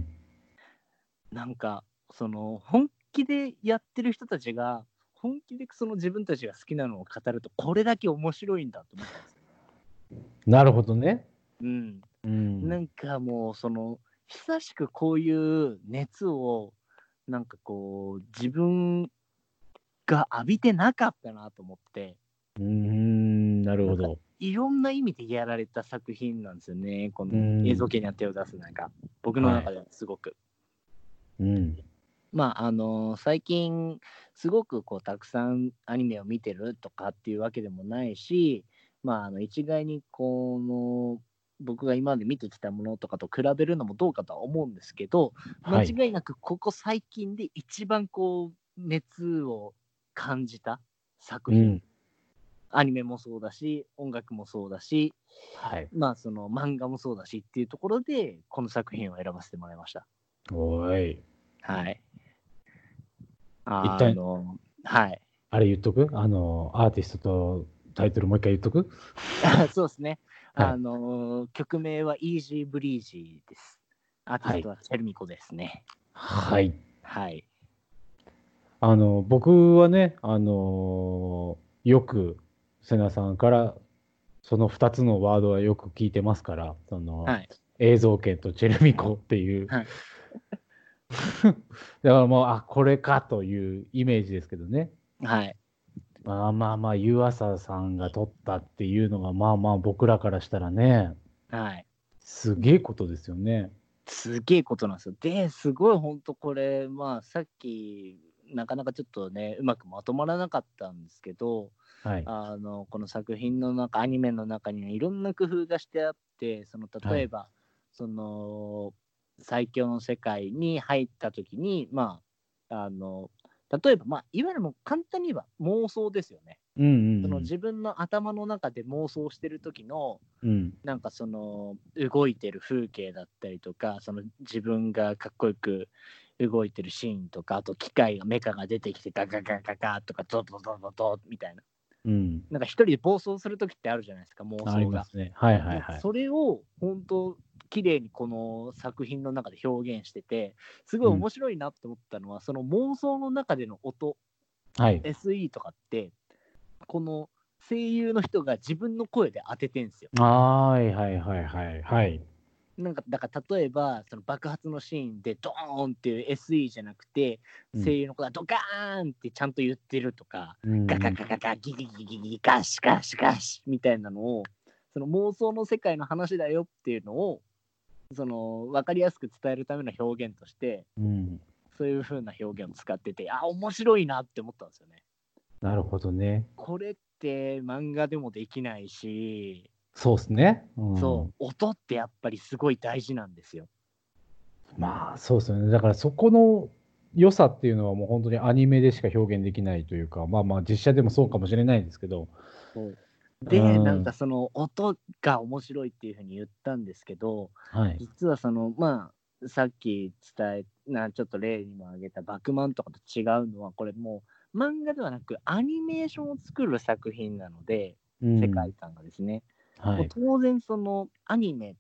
なんかその本気でやってる人たちが本気でその自分たちが好きなのを語るとこれだけ面白いんだと思ったんですよ。 なるほどね。 うん。 う。 なんんかもうその久しくこういう熱をなんかこう自分が浴びてなかったなと思って、 うーん、なるなんかほど。 いろんな意味でやられた作品なんですよね。こうのん映像系には手を出すなんか僕の中ではすごく。 うん。 まああの最近すごくこうたくさんアニメを見てるとかっていうわけでもないし、まああの一概にこの僕が今まで見てきたものとかと比べるのもどうかとは思うんですけど、間はい。 違いなくここ最近で一番こう熱を感じた作品、 うん。 アニメもそうだし音楽もそうだし、 はい。 まあその漫画もそうだしっていうところでこの作品を選ばせてもらいました。 おーい。 はい。 一体、 あのはいあれ言っとくあの、アーティストとタイトルもう一回言っとくそうですね。 はいあの曲名は Easy Breezy です。アーティはい。 ストはチェルミコですね。 はい。 はい。 あの、僕はね、あのーよく、瀬名さんからそのふたつのワードはよく聞いてますから、その、 はい。 映像権とチェルミコっていう、 はい。 だからもう、あ、これかというイメージですけどね。 はい。 まあまあまあ、湯浅さんが撮ったっていうのが、まあまあ僕らからしたらね、 はい。 すげえことですよね。 すげえことなんですよ。で、すごい本当これ、まあさっき、なかなかちょっとね、うまくまとまらなかったんですけど、 はい。 あの、この作品の中、アニメの中にはいろんな工夫がしてあって、その、 はい。 例えば、その、最強の世界に入った時に、まあ、あの、例えば、まあ、いわゆるもう簡単に言えば妄想ですよね。 うんうんそのうん。 自分の頭の中で妄想してる時の、 うん。 なんかその動いてる風景だったりとか、その自分がかっこよく動いてるシーンとか、あと機械がメカが出てきてガガガガガとかドドドドドみたいな、 うん。 なんか一人で暴走する時ってあるじゃないですか、妄あり想が。 ますね。はいはいはい。 なんかそれを本当綺麗にこの作品の中で表現してて、すごいうん。 面白いなって思ったのは、その妄想の中での音、 はい。 エスイー とかってこの声優の人が自分の声で当ててんすよ。 はいはいはいはいはい。 なんかだから例えばその爆発のシーンでドーンっていう エスイー じゃなくて、 うん声優の子がドカーンってちゃんと言ってるとか、 うんガガガガガギギギギギガシガシガシみたいなのを、その妄想の世界の話だよっていうのをその分かりやすく伝えるための表現としてうん。 そういう風な表現を使ってて、あ面白いなって思ったんですよね。 なるほどね。 これって漫画でもできないし、 そうですね。うん。 そう音ってやっぱりすごい大事なんですよ。 まあ、そうですよね。だからそこの良さっていうのはもう本当にアニメでしか表現できないというか、まあまあ実写でもそうかもしれないですけど、 そううで、なんかん。 その音が面白いっていうふうに言ったんですけど、 はい。 実はその、まあ、さっき伝え、な、ちょっと例にも挙げたバクマンとかと違うのは、これもう漫画ではなくアニメーションを作る作品なので、世界うん。 観がですね、もうはい。 当然そのアニメって、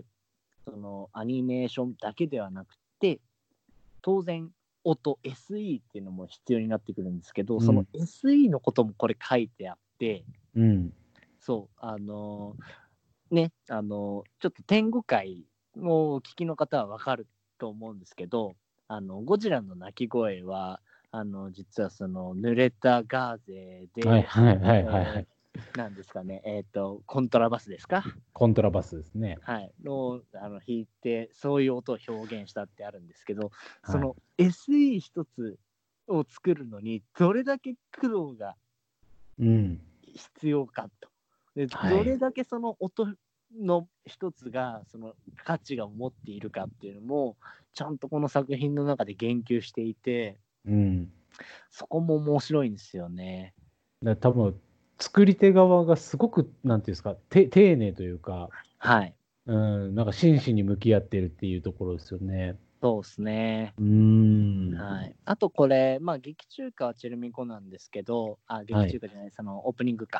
そのアニメーションだけではなくて、当然音 エスイー っていうのも必要になってくるんですけど、そのうん。 エスイー のこともこれ書いてあって、 うん。 そうあのーねあのーちょっと天狗界をお聞きの方はわかると思うんですけど、あのゴジラの鳴き声はあの実はその濡れたガーゼはいで、 はいはいはいはえい。 ーなんですかね、えっ、とコントラバスですか、 コントラバスですね。 はい、のあの弾いてそういう音を表現したってあるんですけど、そはい。 の エスイー 一つを作るのにどれだけ苦労がうん。 必要かと。で、 はい。 どれだけその音の一つがその価値が持っているかっていうのもちゃんとこの作品の中で言及していて、 うん。 そこも面白いんですよね。 だ多分、作り手側がすごく、なんていうんですか、て丁寧というか、 はい。 うん、なんか真摯に向き合ってるっていうところですよね。 そうですね。 うーん。 はい。あとこれ、まあ劇中歌はチェルミコなんですけど、あ、劇はい。 中歌じゃない、そのオープニングか。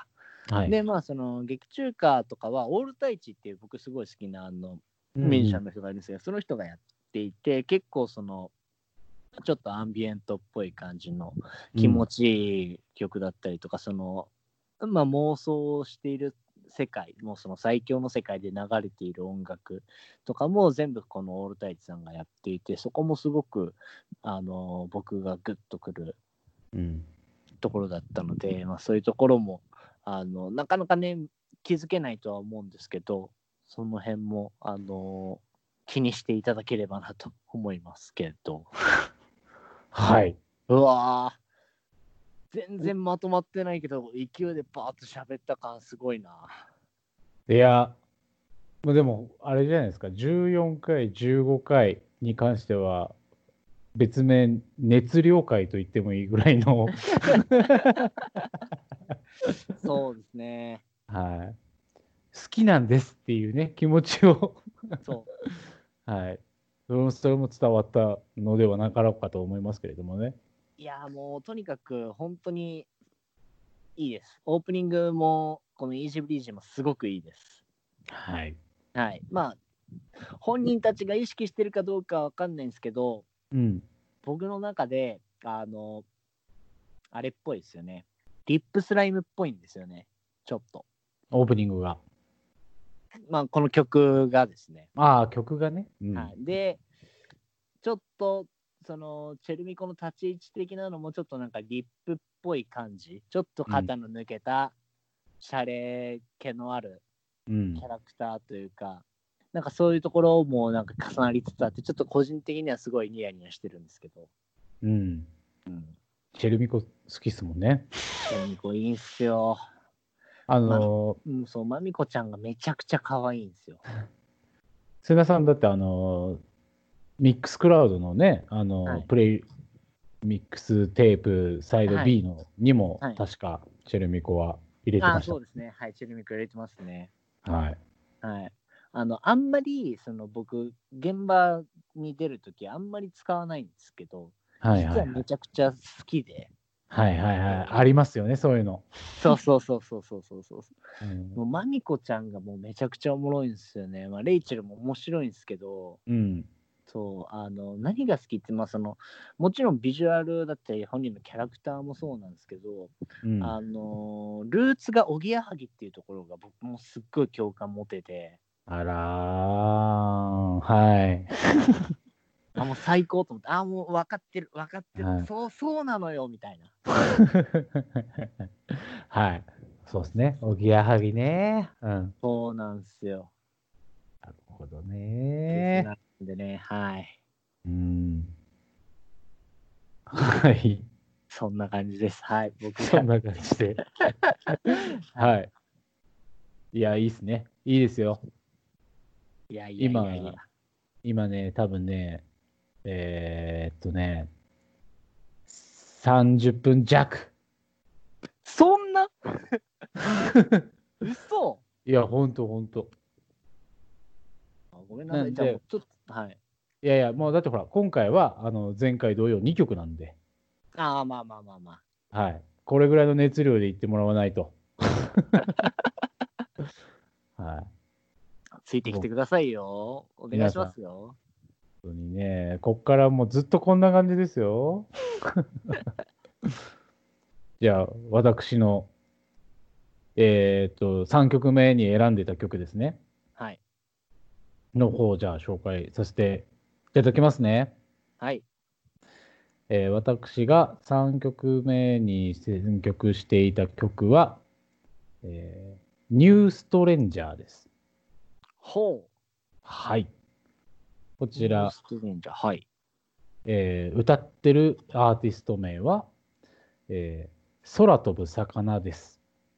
はい。 で、まあ、その劇中歌とかは、オール太一っていう僕すごい好きなあのミュージシャンの人がいるんですが、その人がやっていて、結構その、ちょっとアンビエントっぽい感じの気持ちいい曲だったりとか、その、まあ、妄想している世界、もうその最強の世界で流れている音楽とかも全部このオール太一さんがやっていて、そこもすごくあの僕がグッとくるうんところだったので、まあ、そういうところもあのなかなかね気づけないとは思うんですけど、その辺もあの気にしていただければなと思いますけど。 はい。 うわー、全然まとまってないけど勢いでバーッと喋った感すごいな。 いや、まあでも、あれじゃないですか、じゅうよんかい、じゅうごかいに関しては、別名、熱量会と言ってもいいぐらいの、 そうですね。 はい、好きなんですっていうね、気持ちを、 そうはい、それもそれも伝わったのではなかろうかと思いますけれどもね。 いやもうとにかく本当にいいです。オープニングもこのイージーブリージもすごくいいです。 はい。 はい。まあ本人たちが意識してるかどうかわかんないんですけど、 うん。 僕の中であのあれっぽいですよね。リップスライムっぽいんですよね。ちょっと。 オープニングが。 まあこの曲がですね。 ああ、曲がね。うん、 はい。で、ちょっとそのチェルミコの立ち位置的なのもちょっとなんかリップっぽい感じ。ちょっと肩の抜けた、シャレ気のあるキャラクターというか、うん、なんかそういうところもなんか重なりつつあって、ちょっと個人的にはすごいニヤニヤしてるんですけど。 うん。うん。チェルミコ好きっすもんね。 チェルミコいいんすよ。 あのー、ま、うん、そう、まみこちゃんがめちゃくちゃ可愛いんですよ。 菅田さんだってあのー、ミックスクラウドのね、あのーはい、プレイミックステープサイド B のにも、はい、確かチェルミコは入れてました。 あ、そうですね。はい、チェルミコ入れてますね。 はい。 はい。あの、あんまり、その僕、現場に出るとき、あんまり使わないんですけど、はいはいはい、実はめちゃくちゃ好きで。 はいはいはい。ありますよね、そういうの。 そうそうそうそうそうそうそう。うん、もう、まみこちゃんがもうめちゃくちゃおもろいんですよね。まあ、レイチェルも面白いんですけど、うん。そう、あの、何が好きって、まあ、その、もちろんビジュアルだったり、本人のキャラクターもそうなんですけど、うん、あの、ルーツがおぎやはぎっていうところが僕もすっごい共感持てて。 あらー、はい。 あ、もう最高と思って、あ、もう分かってる、分かってる、はい、そう、そうなのよ、みたいな。 はい。そうですね。おぎやはぎね。 うん。そうなんですよ。 なるほどね。 なんでね、はい。 うん。はい。 そんな感じです。はい。 僕そんな感じで。はい。いや、いいっすね。いいですよ。 いやいやいやいや。 今、今ね、多分ね、えー、っとね、さんじゅっぷん弱。 そんな嘘。 いや、ほんとほんと。 ごめんなさい。じゃあもうちょっと、はい。 いやいや、もうだってほら、今回はあの前回同様にきょくなんで。 ああ、まあまあまあまあ。はい。これぐらいの熱量で言ってもらわないと。 はい。ついてきてくださいよ。お願いしますよ。 本当にね、こっからもうずっとこんな感じですよ。じゃあ、私の、えっと、さんきょくめに選んでた曲ですね。 はい。 の方、じゃあ紹介させていただきますね。 はい。 えー、私がさんきょくめに選曲していた曲は、えー、ニューストレンジャーです。 ほう。 はい。こちら、 ニューストレンジャー、はい。 えー、歌ってるアーティスト名は、えー、空飛ぶ魚です。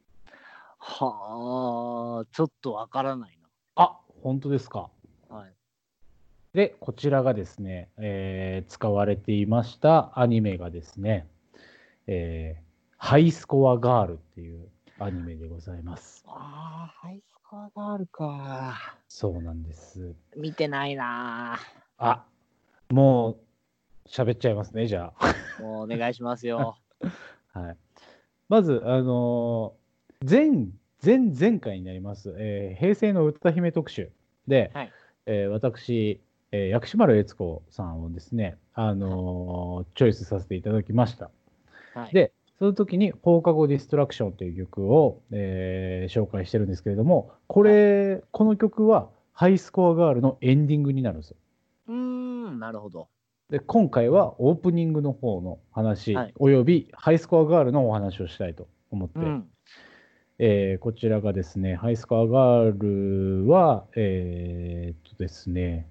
はあ、ちょっとわからないな。 あ、本当ですか。 はい。 で、こちらがですね、えー、使われていましたアニメがですね、えー、ハイスコアガールっていうアニメでございます。 ああ、ハイスコアガールか。 そうなんです。 見てないな。 あ、もう喋っちゃいますね、じゃあ。 もうお願いしますよ。 はい。まず、あのー前前前回になります、えー平成の歌姫特集で、 はい。 えー私、えー薬師丸悦子さんをですね、あのーチョイスさせていただきました。 はい。 で、その時に放課後ディストラクションという曲を、えー紹介してるんですけれども、これ、この曲はハイスコアガールのエンディングになるんですよ。 うーん、なるほど。 で、今回はオープニングの方の話、 はいおよびハイスコアガールのお話をしたいと思って、 うん。 えーこちらがですね、ハイスコアガールは、えーっとですね、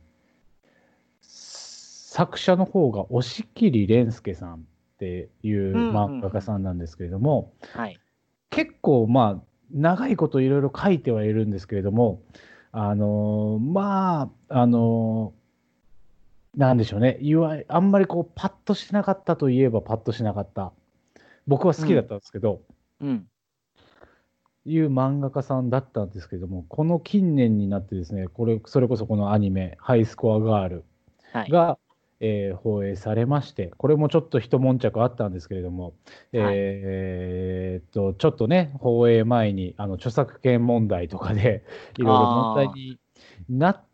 作者の方が押切蓮介さんっていううん漫画家さんなんですけれども、 はい。 結構まあ長いこといろいろ書いてはいるんですけれども、あのーまああのーなんでしょうね、いわゆあんまりこうパッとしなかったといえばパッとしなかった。僕は好きだったんですけど、 うん。 いう漫画家さんだったんですけども、この近年になってですね、これそれこそこのアニメ、ハイスコアガールはい。 が、えー放映されまして、これもちょっと一悶着あったんですけれども、えーっと、ちょっとね、放映前にあの著作権問題とかでいろいろ問題になって、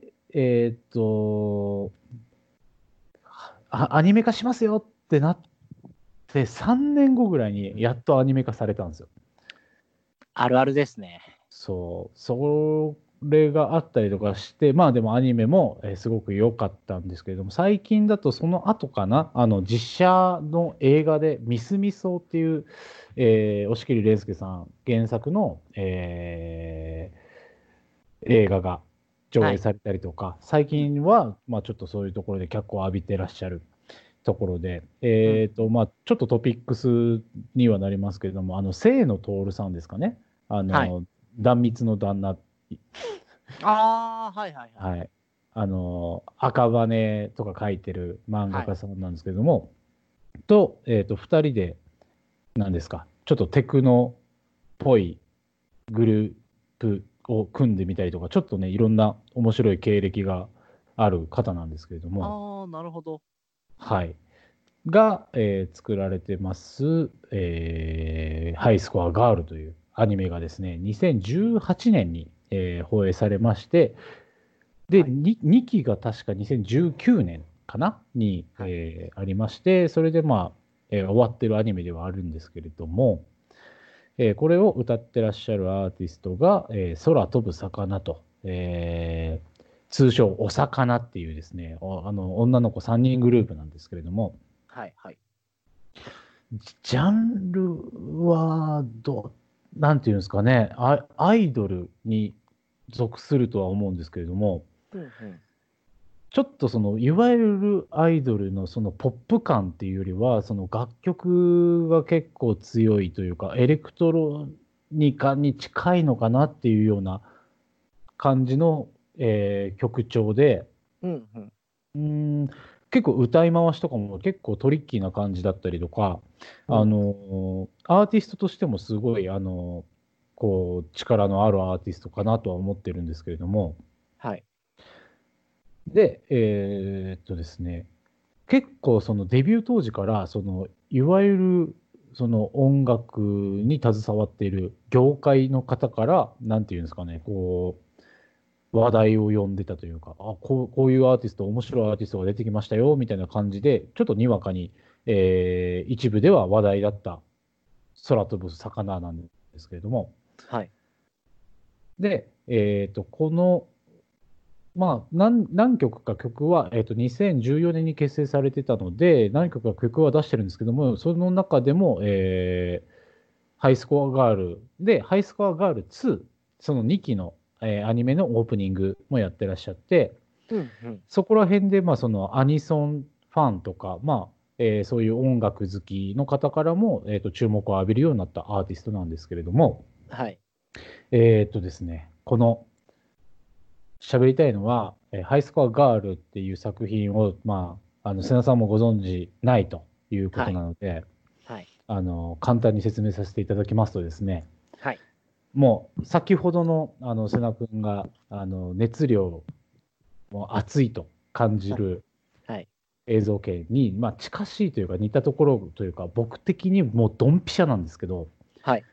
えーっと、あアニメ化しますよってなってさんねんごぐらいにやっとアニメ化されたんですよ。 あるあるですね。 そう、それがあったりとかして、まあでもアニメも、えーすごく良かったんですけれども、最近だとその後かな、あの実写の映画で、ミスミソっていう、えー、押切蓮介さん原作の、えー映画が上映されたりとか、最近は、まあ、ちょっとそういうところで脚光を浴びてらっしゃるところで、えーとまあ、ちょっとトピックスにはなりますけれども、あの清野徹さんですかね、あの、 はい断蜜の旦那、 ああ、はいはいはい。 はい、あの赤羽とか書いてる漫画家さんなんですけども、と,、えーとふたりで何ですか、ちょっとテクノっぽいグループを組んでみたりとか、ちょっとね、いろんな面白い経歴がある方なんですけれども、 ああ、なるほど。 はい。が、えー作られてます、えーハイスコアガールというアニメがですね、にせんじゅうはちねんに、えー放映されまして、で、 はいににきが確かにせんじゅうきゅうねんかなに、 はいえーありまして、それでまあ、えー終わってるアニメではあるんですけれども、えーこれを歌ってらっしゃるアーティストが、えー空飛ぶ魚と、えー通称お魚っていうですね、おあの女の子さんにんグループなんですけれども、 はいはい。 ジャンルはどう、なんていうんですかね、アアイドルに属するとは思うんですけれども、 うんうん。 ちょっとそのいわゆるアイドルのそのポップ感っていうよりは、その楽曲が結構強いというか、エレクトロニカに近いのかなっていうような感じの、えー曲調で、 うんうん。 うーん結構歌い回しとかも結構トリッキーな感じだったりとか、 うんあのアーティストとしてもすごいあのこう力のあるアーティストかなとは思ってるんですけれども、 はい。 で、えーっとですね、結構そのデビュー当時からそのいわゆるその音楽に携わっている業界の方からなんていうんですかね、こう話題を呼んでたというか、あこうこういうアーティスト、面白いアーティストが出てきましたよみたいな感じで、ちょっとにわかに、えー一部では話題だった空飛ぶ魚なんですけれども、 はい。 で、えー、とこの、まあ、何何曲か曲は、えー、とにせんじゅうよねんに結成されてたので、何曲か曲は出してるんですけども、その中でも、えーハイスコアガールで、ハイスコアガールツー、そのにきの、えーアニメのオープニングもやってらっしゃって、 うんうん。 そこら辺で、まあ、そのアニソンファンとか、まあえーそういう音楽好きの方からも、えー、と注目を浴びるようになったアーティストなんですけれども、 はい。 えっとですね、この喋りたいのは、えーハイスコアガールっていう作品を、まあ、あの瀬名さんもご存知ないということなので、 はい。 あの簡単に説明させていただきますとですね、 はい。 もう先ほどのあの瀬名君があの熱量も熱いと感じるはい。 映像系に、まあ、近しいというか似たところというか、僕的にもうドンピシャなんですけど、 はい。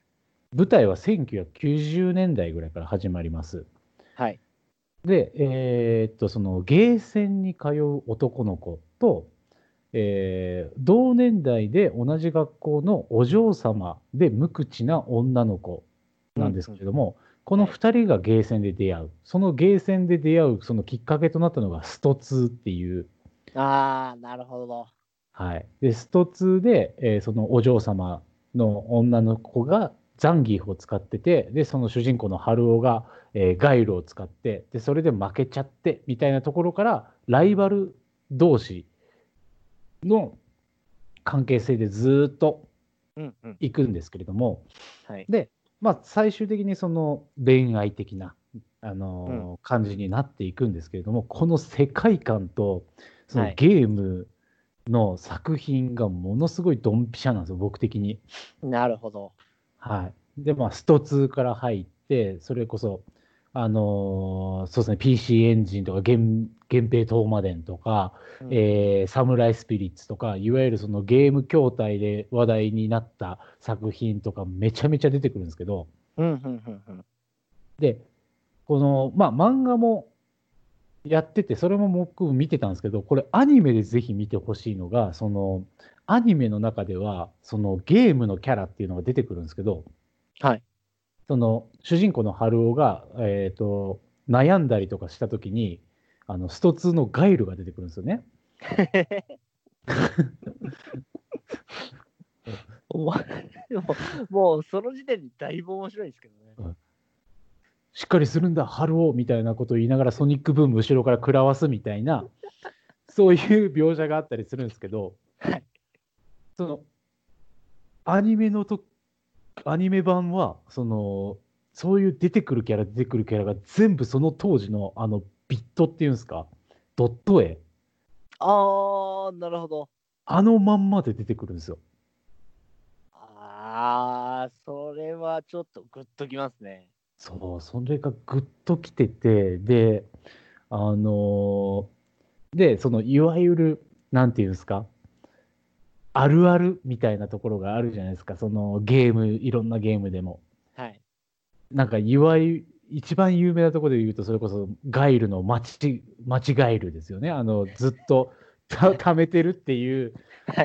舞台はせんきゅうひゃくきゅうじゅうねんだいぐらいから始まります。 はい。 で、えーっと、そのゲーセンに通う男の子と、えー同年代で同じ学校のお嬢様で無口な女の子なんですけれども、このはいふたりがゲーセンで出会う。そのゲーセンで出会うそのきっかけとなったのがストツーっていう、 ああ、なるほど。 はい。で、ストツーで、えーそのお嬢様の女の子がザンギーフを使ってて、で、その主人公のハルオが、えーガイルを使って、で、それで負けちゃってみたいなところから、ライバル同士の関係性でずーっとうんうん。 行くんですけれども、 はい。 で、まあ、最終的にその恋愛的な、あのー感じになっていくんですけれども、この世界観とそのはいゲームの作品がものすごいドンピシャなんですよ、僕的に。 なるほど。 はい。で、まあ、ストツーから入って、それこそ、あのーそうですね、ピーシー エンジンとか、源源平東馬伝とか、 うんえーサムライスピリッツとか、いわゆるそのゲーム筐体で話題になった作品とか、めちゃめちゃ出てくるんですけど、 うんうんうんうん。 で、この、まあ、漫画もやってて、それも僕見てたんですけど、これアニメでぜひ見てほしいのが、その、アニメの中では、そのゲームのキャラっていうのが出てくるんですけど、 はい。 その主人公の春男が、えーと、悩んだりとかしたときに、あのストツーのガイルが出てくるんですよね。 もう、もうその時点でだいぶ面白いですけどね。 うん、しっかりするんだ、春男みたいなことを言いながら、ソニックブーム後ろから食らわすみたいな、そういう描写があったりするんですけど、 はいそのアニメのと、アニメ版は、その、そういう出てくるキャラ、出てくるキャラが全部その当時のあのビットっていうんですか、ドット絵、 ああ、なるほど。 あのまんまで出てくるんですよ。 ああ、それはちょっとグッときますね。 そう、それがぐっときてて、で、あのーで、そのいわゆる、なんていうんですか、あるあるみたいなところがあるじゃないですか、そのゲーム、いろんなゲームでも。 はい。 なんか、いわゆる、一番有名なところで言うと、それこそガイルの町、町ガイルですよね。あの、ずっとた貯めてるっていう。 はい。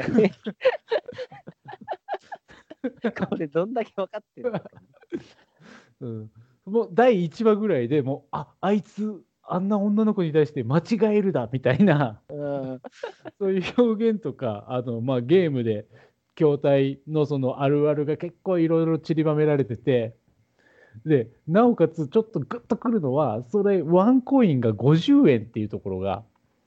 これどんだけ分かってるのか。 うん、もう第いちわぐらいでもう、あ、あいつ、あんな女の子に対して間違えるだみたいな、 うん。 そういう表現とか、あの、まあ、ゲームで筐体のそのあるあるが結構いろいろ散りばめられてて、で、なおかつちょっとグッとくるのは、それ、ワンコインがごじゅうえんっていうところが、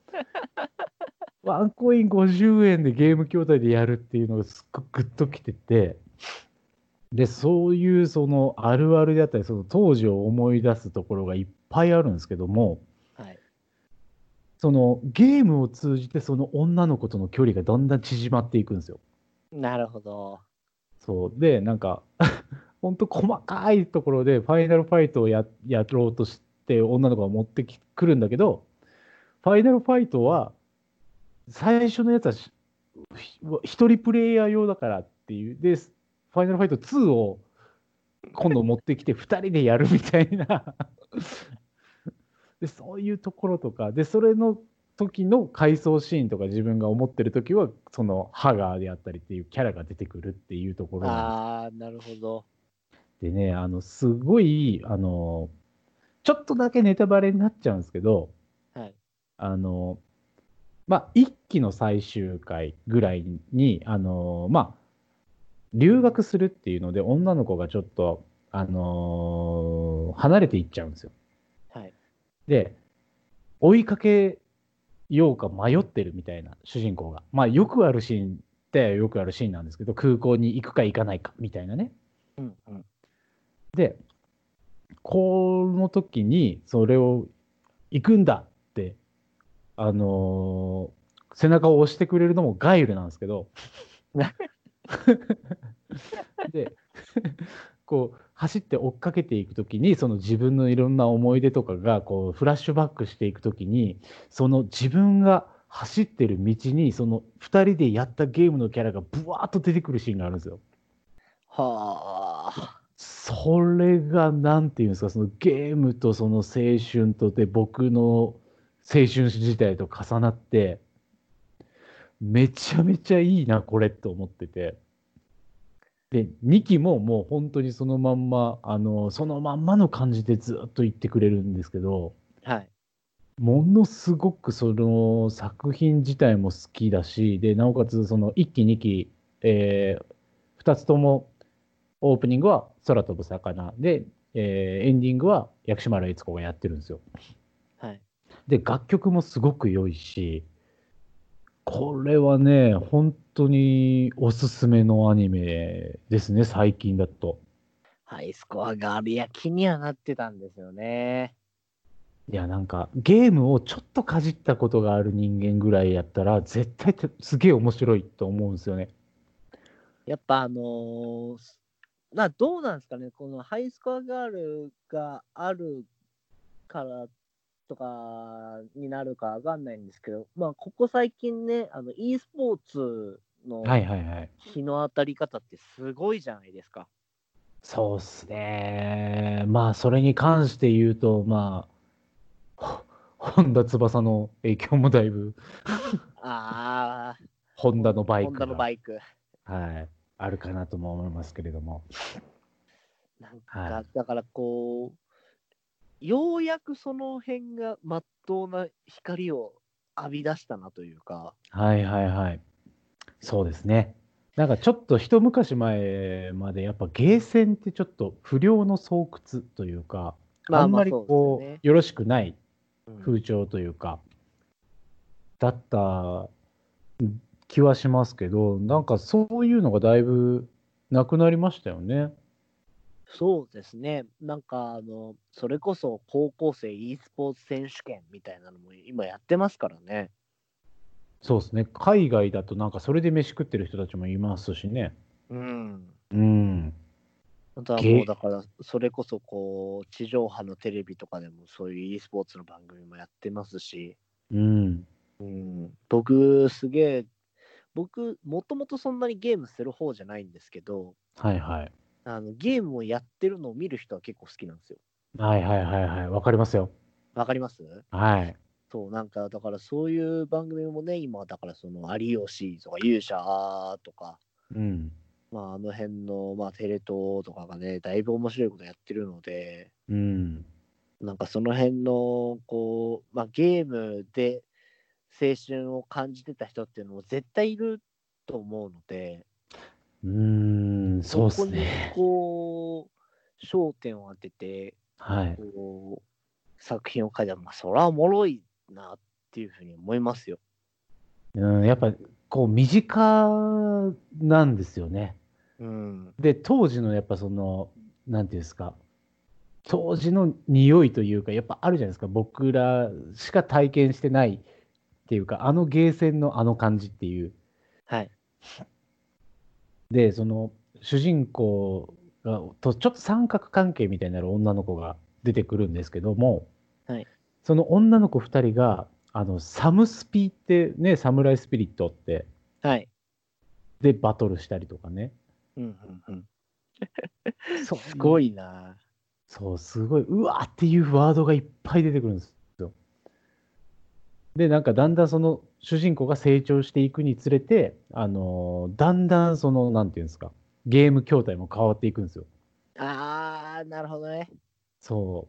ワンコインごじゅうえんでゲーム筐体でやるっていうのがすっごくグッときてて、で、そういうそのあるあるであったり、その当時を思い出すところがいっぱいあるんですけども、 はい。 そのゲームを通じてその女の子との距離がだんだん縮まっていくんですよ。 なるほど。 そう。で、なんか、本当細かいところでファイナルファイトをや、やろうとして女の子が持ってきくるんだけど、ファイナルファイトは最初のやつはし一人プレイヤー用だからっていう。で、ファイナルファイトツーを今度持ってきてふたりでやるみたいなで、そういうところとか、で、それの時の回想シーンとか自分が思ってる時は、そのハガーであったりっていうキャラが出てくるっていうところなんああ、なるほど。 でね、あの、すごい、あの、ちょっとだけネタバレになっちゃうんですけど、 はい。 あの、まあ、一期の最終回ぐらいに、あの、まあ、留学するっていうので、女の子がちょっと、あの離れていっちゃうんですよ。 はい。 で、追いかけようか迷ってるみたいな主人公が。まあよくあるシーンってよくあるシーンなんですけど、空港に行くか行かないかみたいなね。 うんうん。 で、この時にそれを行くんだって、あのー背中を押してくれるのもガイルなんですけど、で、こう走って追っかけていくときに、その自分のいろんな思い出とかがこうフラッシュバックしていくときに、その自分が走ってる道に、そのふたりでやったゲームのキャラがブワーッと出てくるシーンがあるんですよ。 はあ。 それがなんていうんですか、そのゲームとその青春とで僕の青春時代と重なって、めちゃめちゃいいな、これと思ってて。で、にきももう本当にそのまんま、あの、そのまんまの感じでずっと言ってくれるんですけど、 はい。 ものすごくその作品自体も好きだし、で、なおかつそのいっき、にき、えふたつともオープニングは空飛ぶ魚で、えーエンディングは薬師丸悦子がやってるんですよ。 はい。 で、楽曲もすごく良いし、これはね、本当におすすめのアニメですね、最近だと。 ハイスコアがあるや気にはなってたんですよね。 いや、なんか、ゲームをちょっとかじったことがある人間ぐらいやったら、絶対てすげえ面白いと思うんですよね。 やっぱあのーなどうなんですかね、このハイスコアガールがあるからとかになるかわかんないんですけど、まあ、ここ最近ね、あの e スポーツのはいはいはい。 日の当たり方ってすごいじゃないですか。 そうっすね。まあ、それに関して言うと、まあ、ほ本田翼の影響もだいぶ、 ああ、 ホンダのバイホンダクが、 のバイク。 はい、あるかなとも思いますけれども。 なんか、 はい。 だからこう、ようやくその辺がまっとうな光を浴び出したなというか、 はいはいはい。そうですね。なんかちょっと一昔前までやっぱゲーセンってちょっと不良の巣窟というか、あんまりまあまあそうですよね。 こう、よろしくないうん風潮というか、だった気はしますけど、なんかそういうのがだいぶなくなりましたよね。 そうですね。なんか、あの、それこそ高校生 e スポーツ選手権みたいなのも今やってますからね。 そうですね。海外だとなんかそれで飯食ってる人たちもいますしね。 うん。 うん。 あとはもう、 ゲだから、それこそ、こう、地上波のテレビとかでもそういう e スポーツの番組もやってますし、 うん。 うん、僕、すげえ、僕、もともとそんなにゲームする方じゃないんですけど、 はいはい。 あのゲームをやってるのを見る人は結構好きなんですよ。 はいはいはいはい。わかりますよ。 わかります？ はい。 そう、なんか、だからそういう番組もね、今、だからその有吉とか勇者とか、 うん。 まあ、あの辺の、まあ、テレ東とかがね、だいぶ面白いことやってるので、 うん。 なんかその辺の、こう、まあ、ゲームで青春を感じてた人っていうのも絶対いると思うので、 うーん、そうっそこに、 すね。 こう、焦点を当てて、 はい。 こう、作品を書いたら、まあ、それはおもろいなっていうふうに思いますよ。 うん、やっぱ、こう、身近なんですよね。 うん。 で、当時のやっぱその、なんていうんですか、当時の匂いというか、やっぱあるじゃないですか。僕らしか体験してないっていうか、あのゲーセンのあの感じっていう。 はい。 で、その、主人公が、とちょっと三角関係みたいになる女の子が出てくるんですけども、 はい。 その女の子二人が、あの、サムスピってね、サムライスピリットって、 はい。 でバトルしたりとかね。 うんうんうん。 そういう、 すごいな。 そう、すごい、うわーっていうワードがいっぱい出てくるんですよ。で、なんかだんだんその主人公が成長していくにつれて、あのーだんだんその、なんていうんですか、ゲーム筐体も変わっていくんですよ。 あー、なるほどね。 そう。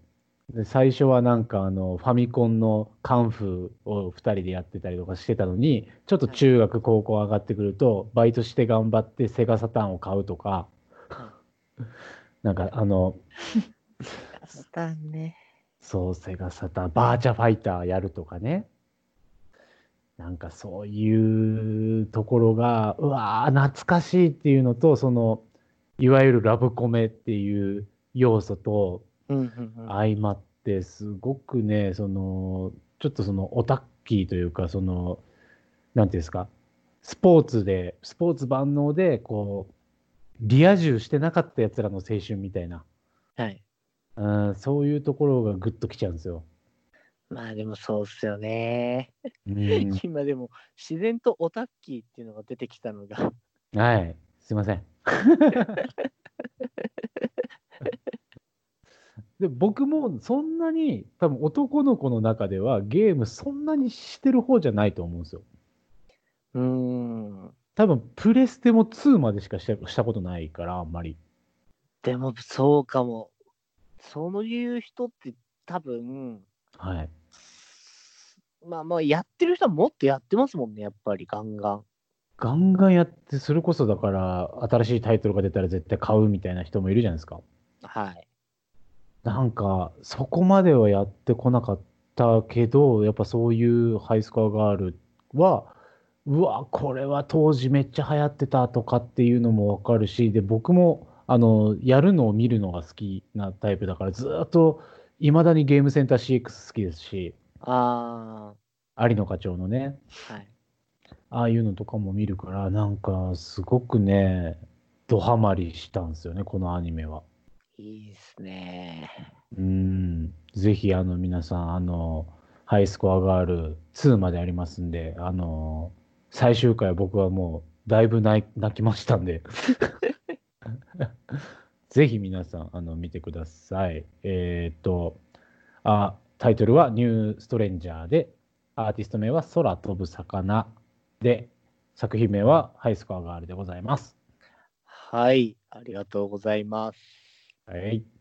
で、最初はなんかあの、ファミコンのカンフーを二人でやってたりとかしてたのに、ちょっとはい。 中学、高校上がってくると、バイトして頑張ってセガサターンを買うとか、 はい。 なんかあの、 スタンね。 そう、セガサターン、バーチャファイターやるとかね。なんかそういうところが、うわー、懐かしいっていうのと、その、いわゆるラブコメっていう要素とうんうんうん。 相まって、すごくね、その、ちょっとそのオタッキーというか、その、なんていうんですか、スポーツで、スポーツ万能で、こう、リア充してなかった奴らの青春みたいな、 はい。 うん、そういうところがグッときちゃうんですよ。 まあでもそうっすよね。 うん、 今でも自然とオタッキーっていうのが出てきたのがはい、すいません。 で、僕もそんなに、多分男の子の中ではゲームそんなにしてる方じゃないと思うんですよ。 うーん。 多分プレステもツーまでしかしたしたことないから、あんまり。 でも、そうかも。そういう人って多分、 はい。 まあまあ、やってる人はもっとやってますもんね、やっぱり、ガンガン。 ガンガンやって、それこそだから、新しいタイトルが出たら絶対買うみたいな人もいるじゃないですか。 はい。 なんか、そこまではやってこなかったけど、やっぱそういうハイスコアガールは、うわ、これは当時めっちゃ流行ってたとかっていうのもわかるし、で、僕も、あの、やるのを見るのが好きなタイプだから、ずーっと、いまだにゲームセンター シーエックス 好きですし、 あ有野課長のね、 あ、はい。 ああいうのとかも見るから、なんか、すごくね、ドハマりしたんですよね、このアニメは。 いいっすね。 うーん、ぜひ、あの、皆さん、あの、ハイスコアガールツーまでありますんで、あの、最終回僕はもう、だいぶ泣い泣きましたんで、ぜひ皆さん、あの、見てください。えーっと、あ、タイトルはニューストレンジャーで、アーティスト名は空飛ぶ魚で、作品名はハイスコアガールでございます。 はい、ありがとうございます。 はい。